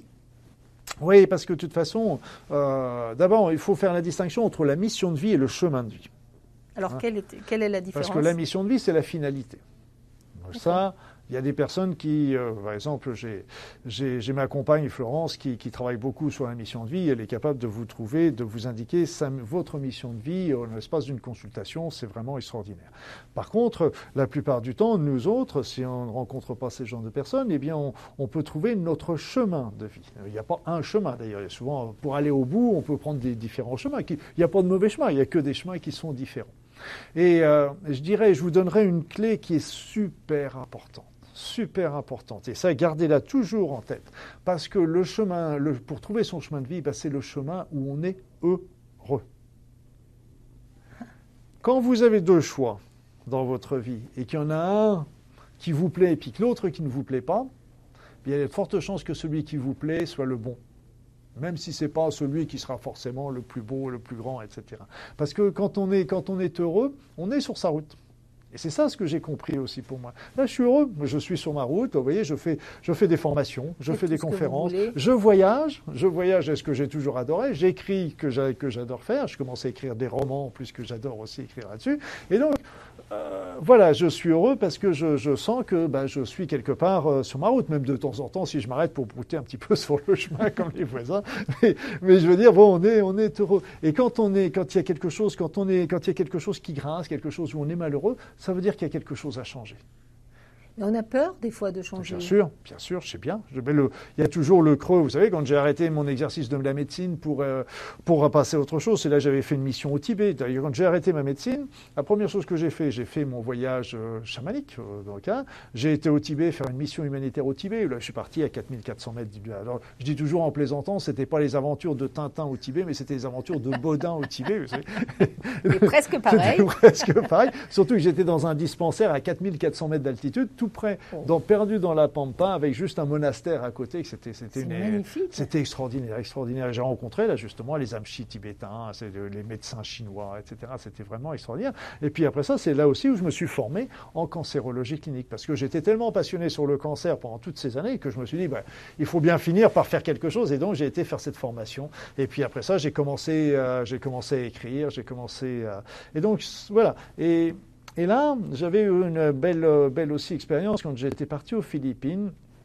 Oui, parce que de toute façon, euh, d'abord, il faut faire la distinction entre la mission de vie et le chemin de vie. Alors, hein? quelle, est, quelle est la différence? Parce que la mission de vie, c'est la finalité. Donc, ça... Il y a des personnes qui, euh, par exemple, j'ai, j'ai, j'ai ma compagne Florence qui, qui travaille beaucoup sur la mission de vie. Elle est capable de vous trouver, de vous indiquer sa, votre mission de vie en l'espace d'une consultation. C'est vraiment extraordinaire. Par contre, la plupart du temps, nous autres, si on ne rencontre pas ces genres de personnes, eh bien, on, on peut trouver notre chemin de vie. Il n'y a pas un chemin d'ailleurs. Il y a souvent, pour aller au bout, on peut prendre des différents chemins. Il n'y a pas de mauvais chemin. Il n'y a que des chemins qui sont différents. Et euh, je dirais, je vous donnerai une clé qui est super importante. Super importante. Et ça, gardez-la toujours en tête. Parce que le chemin, le, pour trouver son chemin de vie, ben, c'est le chemin où on est heureux. Quand vous avez deux choix dans votre vie et qu'il y en a un qui vous plaît et puis que l'autre qui ne vous plaît pas, il y a de fortes chances que celui qui vous plaît soit le bon. Même si ce n'est pas celui qui sera forcément le plus beau, le plus grand, et cetera. Parce que quand on est, quand on est heureux, on est sur sa route. Et c'est ça ce que j'ai compris aussi pour moi. Là, je suis heureux, je suis sur ma route, vous voyez, je fais, je fais des formations, je fais des conférences, je voyage, je voyage, est ce que j'ai toujours adoré, j'écris que, j'a, que j'adore faire, je commence à écrire des romans, en plus que j'adore aussi écrire là-dessus. Et donc, euh, voilà, je suis heureux parce que je, je sens que bah, je suis quelque part euh, sur ma route, même de temps en temps, si je m'arrête pour brouter un petit peu sur le chemin comme les voisins. Mais, mais je veux dire, bon, on est, on est heureux. Et quand on est, quand il y a quelque chose, quand on est, quand il y a quelque chose qui grince, quelque chose où on est malheureux, ça veut dire qu'il y a quelque chose à changer. Mais on a peur des fois de changer. Bien sûr, bien sûr, je sais bien. Je mets le, il y a toujours le creux. Vous savez, quand j'ai arrêté mon exercice de la médecine pour, euh, pour passer à autre chose, c'est là que j'avais fait une mission au Tibet. D'ailleurs, quand j'ai arrêté ma médecine, la première chose que j'ai fait, j'ai fait mon voyage euh, chamanique. Euh, donc, hein, j'ai été au Tibet faire une mission humanitaire au Tibet. Là, je suis parti à quatre mille quatre cents mètres. Alors, je dis toujours en plaisantant, c'était pas les aventures de Tintin au Tibet, mais c'était les aventures de Baudin au Tibet. Vous savez. C'est presque pareil. C'était presque pareil. Surtout que j'étais dans un dispensaire à quatre mille quatre cents mètres d'altitude, tout près, oh. dans, perdu dans la pampa, avec juste un monastère à côté. C'était, c'était, une, magnifique. C'était extraordinaire, extraordinaire. J'ai rencontré là justement les amchis tibétains, c'est les médecins chinois, et cetera. C'était vraiment extraordinaire. Et puis après ça, c'est là aussi où je me suis formé en cancérologie clinique, parce que j'étais tellement passionné sur le cancer pendant toutes ces années que je me suis dit, bah, il faut bien finir par faire quelque chose. Et donc j'ai été faire cette formation. Et puis après ça, j'ai commencé, euh, j'ai commencé à écrire, j'ai commencé. Euh, et donc voilà. Et Et là, j'avais eu une belle, belle aussi expérience quand j'étais parti aux Philippines.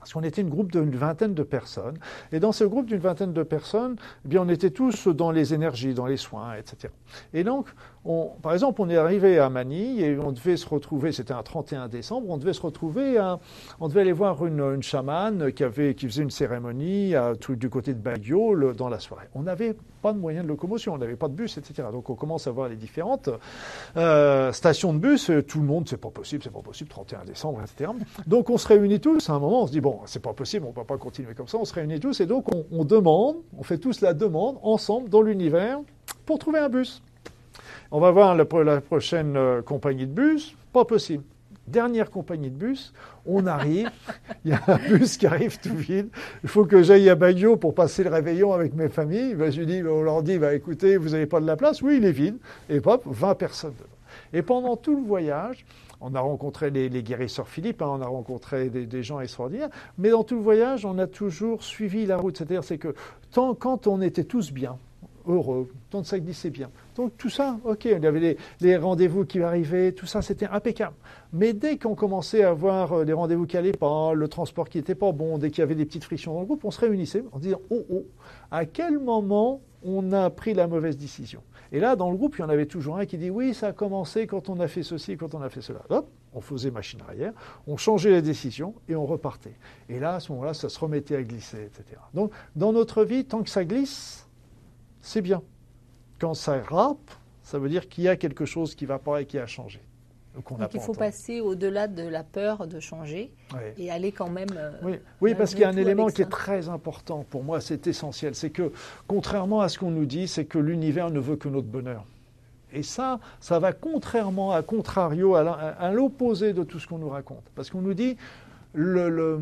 Parce qu'on était une groupe d'une vingtaine de personnes. Et dans ce groupe d'une vingtaine de personnes, eh bien, on était tous dans les énergies, dans les soins, et cetera. Et donc, on, par exemple, on est arrivé à Manille et on devait se retrouver, c'était un trente et un décembre, on devait se retrouver, à, on devait aller voir une, une chamane qui, avait, qui faisait une cérémonie à, tout, du côté de Baguio le, dans la soirée. On n'avait pas de moyens de locomotion, on n'avait pas de bus, et cetera. Donc on commence à voir les différentes euh, stations de bus. Tout le monde, c'est pas possible, c'est pas possible, trente et un décembre, et cetera. Donc on se réunit tous. À un moment, on se dit bon, c'est pas possible, on peut pas continuer comme ça. On se réunit tous et donc on, on demande, on fait tous la demande ensemble dans l'univers pour trouver un bus. On va voir la, la prochaine euh, compagnie de bus, pas possible. Dernière compagnie de bus, on arrive, il y a un bus qui arrive tout vide, il faut que j'aille à Baguio pour passer le réveillon avec mes familles. Ben, je dis, on leur dit, ben, écoutez, vous n'avez pas de la place? Oui, il est vide. Et hop, vingt personnes dedans. Et pendant tout le voyage, on a rencontré les, les guérisseurs Philippe, hein, on a rencontré des, des gens extraordinaires, mais dans tout le voyage, on a toujours suivi la route. C'est-à-dire, c'est que tant, quand on était tous bien, heureux, tant que ça glissait bien. Donc tout ça, ok, il y avait les, les rendez-vous qui arrivaient, tout ça, c'était impeccable. Mais dès qu'on commençait à voir les rendez-vous qui n'allaient pas, le transport qui n'était pas bon, dès qu'il y avait des petites frictions dans le groupe, on se réunissait en disant, oh, oh, à quel moment on a pris la mauvaise décision? Et là, dans le groupe, il y en avait toujours un qui dit, oui, ça a commencé quand on a fait ceci, quand on a fait cela. Hop, on faisait machine arrière, on changeait la décision et on repartait. Et là, à ce moment-là, ça se remettait à glisser, et cetera. Donc, dans notre vie, tant que ça glisse, c'est bien. Quand ça râpe, ça veut dire qu'il y a quelque chose qui ne va pas et qui a changé. Donc, Donc il faut entendu. passer au-delà de la peur de changer oui. et aller quand même... Euh, oui, oui parce qu'il y a un élément qui ça. est très important. Pour moi, c'est essentiel. C'est que, contrairement à ce qu'on nous dit, c'est que l'univers ne veut que notre bonheur. Et ça, ça va contrairement, à contrario, à l'opposé de tout ce qu'on nous raconte. Parce qu'on nous dit... le, le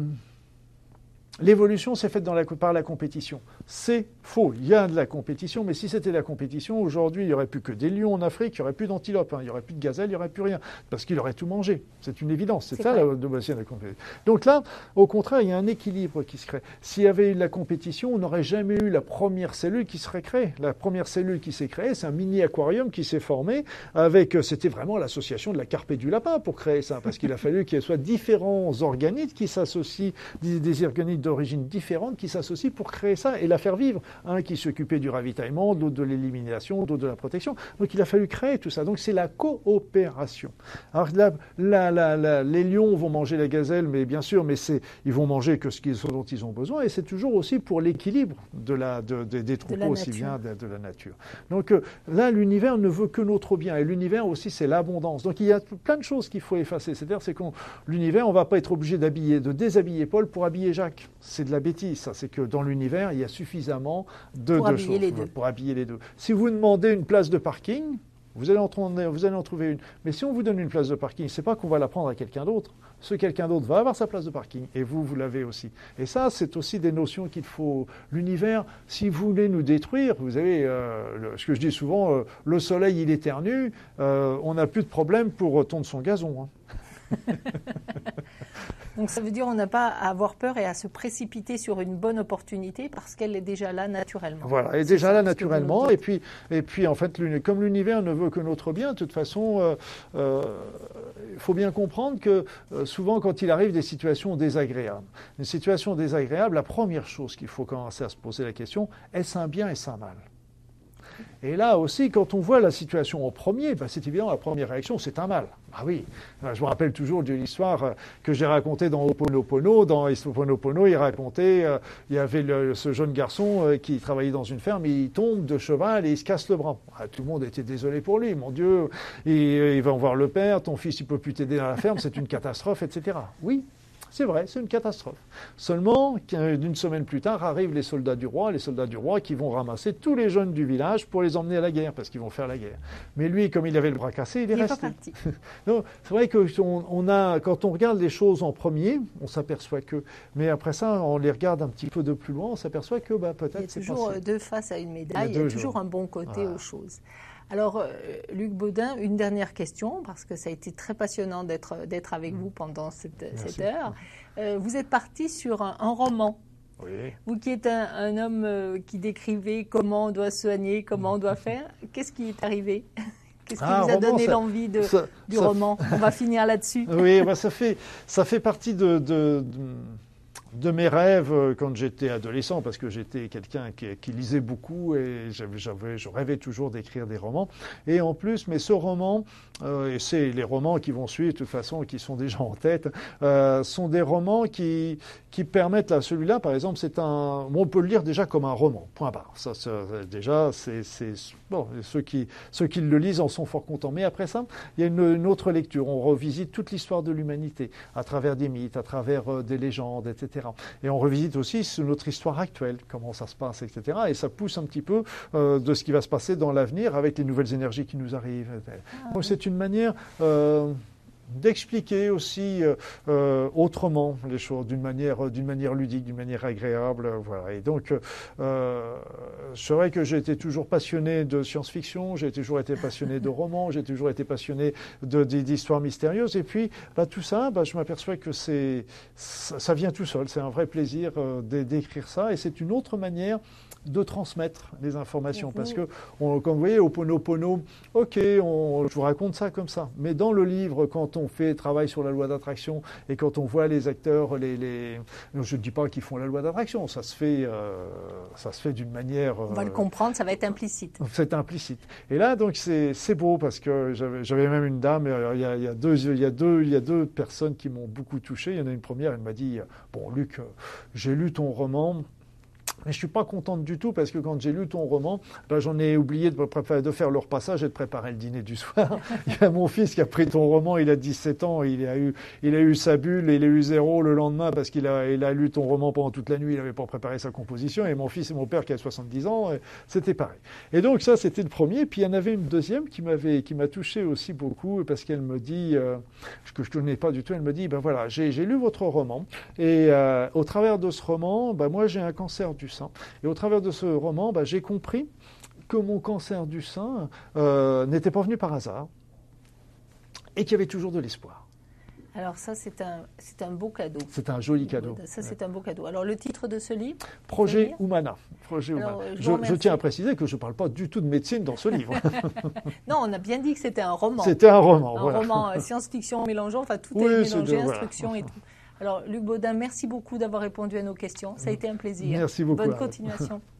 L'évolution s'est faite dans la, par la compétition. C'est faux. Il y a de la compétition, mais si c'était la compétition, aujourd'hui, il n'y aurait plus que des lions en Afrique, il n'y aurait plus d'antilopes, hein, il n'y aurait plus de gazelles, il n'y aurait plus rien. Parce qu'il aurait tout mangé. C'est une évidence. C'est ça la, la, la compétition. Donc là, au contraire, il y a un équilibre qui se crée. S'il y avait eu de la compétition, on n'aurait jamais eu la première cellule qui serait créée. La première cellule qui s'est créée, c'est un mini-aquarium qui s'est formé avec... C'était vraiment l'association de la carpe et du lapin pour créer ça, parce qu'il a fallu qu'il y soit différents organites qui s'associent, des, des organites d'origine différente qui s'associent pour créer ça et la faire vivre. Un qui s'occupait du ravitaillement, l'autre de l'élimination, l'autre de la protection. Donc il a fallu créer tout ça. Donc c'est la coopération. Alors là, la, la, la, les lions vont manger la gazelle, mais bien sûr, mais c'est, ils vont manger que ce, qu'ils, ce dont ils ont besoin et c'est toujours aussi pour l'équilibre de la, de, de, des troupeaux, de aussi bien de, de la nature. Donc euh, là, l'univers ne veut que notre bien et l'univers aussi, c'est l'abondance. Donc il y a plein de choses qu'il faut effacer. C'est-à-dire, c'est que l'univers, on ne va pas être obligé d'habiller, de déshabiller Paul pour habiller Jacques. C'est de la bêtise, ça. C'est que dans l'univers, il y a suffisamment de, pour de habiller choses les deux. pour habiller les deux. Si vous demandez une place de parking, vous allez, en, vous allez en trouver une. Mais si on vous donne une place de parking, c'est pas qu'on va la prendre à quelqu'un d'autre. Ce quelqu'un d'autre va avoir sa place de parking et vous, vous l'avez aussi. Et ça, c'est aussi des notions qu'il faut... L'univers, si vous voulez nous détruire, vous avez, euh, le, ce que je dis souvent, euh, le soleil, il éternue, euh, on n'a plus de problème pour tondre son gazon. Hein. Donc ça veut dire qu'on n'a pas à avoir peur et à se précipiter sur une bonne opportunité parce qu'elle est déjà là naturellement. Voilà, elle est déjà là naturellement. Et puis, et puis, en fait, comme l'univers ne veut que notre bien, de toute façon, euh, euh, il faut bien comprendre que euh, souvent, quand il arrive des situations désagréables, une situation désagréable, la première chose qu'il faut commencer à se poser la question, est-ce un bien, est-ce un mal ? Et là aussi, quand on voit la situation en premier, ben c'est évident, la première réaction, c'est un mal. Ah oui, je me rappelle toujours de l'histoire que j'ai racontée dans Ho'oponopono. Dans Ho'oponopono, il racontait, euh, il y avait le, ce jeune garçon euh, qui travaillait dans une ferme, et il tombe de cheval et il se casse le bras. Ah, tout le monde était désolé pour lui, mon Dieu, et, il va en voir le père, ton fils, il peut plus t'aider dans la ferme, c'est une catastrophe, et cetera. Oui. C'est vrai, c'est une catastrophe. Seulement, d'une semaine plus tard, arrivent les soldats du roi, les soldats du roi qui vont ramasser tous les jeunes du village pour les emmener à la guerre, parce qu'ils vont faire la guerre. Mais lui, comme il avait le bras cassé, il est il resté. Est pas parti. Donc, c'est vrai que on, on a, quand on regarde les choses en premier, on s'aperçoit que, mais après ça, on les regarde un petit peu de plus loin, on s'aperçoit que bah, peut-être c'est Il y a toujours passé. deux faces à une médaille, il y a, il y a toujours jours. un bon côté voilà. aux choses. Alors, euh, Luc Baudin, une dernière question, parce que ça a été très passionnant d'être, d'être avec vous pendant cette, cette heure. Euh, vous êtes parti sur un, un roman. Oui. Vous qui êtes un, un homme euh, qui décrivait comment on doit soigner, comment on doit faire, qu'est-ce qui est arrivé ? Qu'est-ce qui ah, vous a roman, donné ça, l'envie de, ça, du ça, roman ? On va finir là-dessus. Oui, bah, ça, fait, ça fait partie de... de, de... de mes rêves quand j'étais adolescent, parce que j'étais quelqu'un qui, qui lisait beaucoup et j'avais, j'avais, je rêvais toujours d'écrire des romans. Et en plus, mais ce roman, euh, et c'est les romans qui vont suivre de toute façon, qui sont déjà en tête, euh, sont des romans qui, qui permettent, là, celui-là par exemple, c'est un, on peut le lire déjà comme un roman, point barre. Ça, ça déjà, c'est, c'est bon, ceux qui, ceux qui le lisent en sont fort contents. Mais après ça, il y a une, une autre lecture. On revisite toute l'histoire de l'humanité à travers des mythes, à travers euh, des légendes, et cetera. Et on revisite aussi notre histoire actuelle, comment ça se passe, et cetera. Et ça pousse un petit peu euh, de ce qui va se passer dans l'avenir avec les nouvelles énergies qui nous arrivent. Ah, donc c'est une manière euh, d'expliquer aussi euh, euh, autrement les choses, d'une manière, d'une manière ludique, d'une manière agréable. Euh, voilà. Et donc, euh, c'est vrai que j'ai été toujours passionné de science-fiction, j'ai toujours été passionné de romans, j'ai toujours été passionné de, de, d'histoires mystérieuses. Et puis, bah, tout ça, bah, je m'aperçois que c'est, ça, ça vient tout seul. C'est un vrai plaisir euh, d'écrire ça. Et c'est une autre manière de transmettre les informations. Mmh. Parce que, on, comme vous voyez, Ho'oponopono, ok, on, je vous raconte ça comme ça. Mais dans le livre, quand on fait travail sur la loi d'attraction et quand on voit les acteurs, les, les... je ne dis pas qu'ils font la loi d'attraction, ça se fait, euh, ça se fait d'une manière... Euh, on va le comprendre, ça va être implicite. C'est implicite. Et là, donc, c'est, c'est beau parce que j'avais, j'avais même une dame, il y, a, il, y a deux, il, y a deux, il y a deux personnes qui m'ont beaucoup touché. Il y en a une première, elle m'a dit, bon, Luc, j'ai lu ton roman, mais je ne suis pas contente du tout parce que quand j'ai lu ton roman, ben j'en ai oublié de, de faire le repassage et de préparer le dîner du soir. Il y a mon fils qui a pris ton roman, il a dix-sept ans, il a eu, il a eu sa bulle et il a eu zéro le lendemain parce qu'il a, il a lu ton roman pendant toute la nuit, il n'avait pas préparé sa composition. Et mon fils et mon père qui a soixante-dix ans, c'était pareil. Et donc ça, c'était le premier. Puis il y en avait une deuxième qui m'avait, qui m'a touché aussi beaucoup parce qu'elle me dit, euh, que je ne connais pas du tout, elle me dit, ben voilà, j'ai, j'ai lu votre roman et euh, au travers de ce roman, ben moi j'ai un cancer du sein. Et au travers de ce roman, bah, j'ai compris que mon cancer du sein euh, n'était pas venu par hasard et qu'il y avait toujours de l'espoir. Alors ça, c'est un, c'est un beau cadeau. C'est un joli cadeau. Ça, c'est ouais. un beau cadeau. Alors le titre de ce livre ? Projet Humana. Projet Alors, Humana. Je, je tiens à préciser que je ne parle pas du tout de médecine dans ce livre. Non, on a bien dit que c'était un roman. C'était un roman, Un voilà. roman euh, science-fiction mélangeant, enfin tout oui, est mélangé, de, instruction voilà. et tout. Alors Luc Baudin, merci beaucoup d'avoir répondu à nos questions. Ça a été un plaisir. Merci beaucoup. Bonne continuation.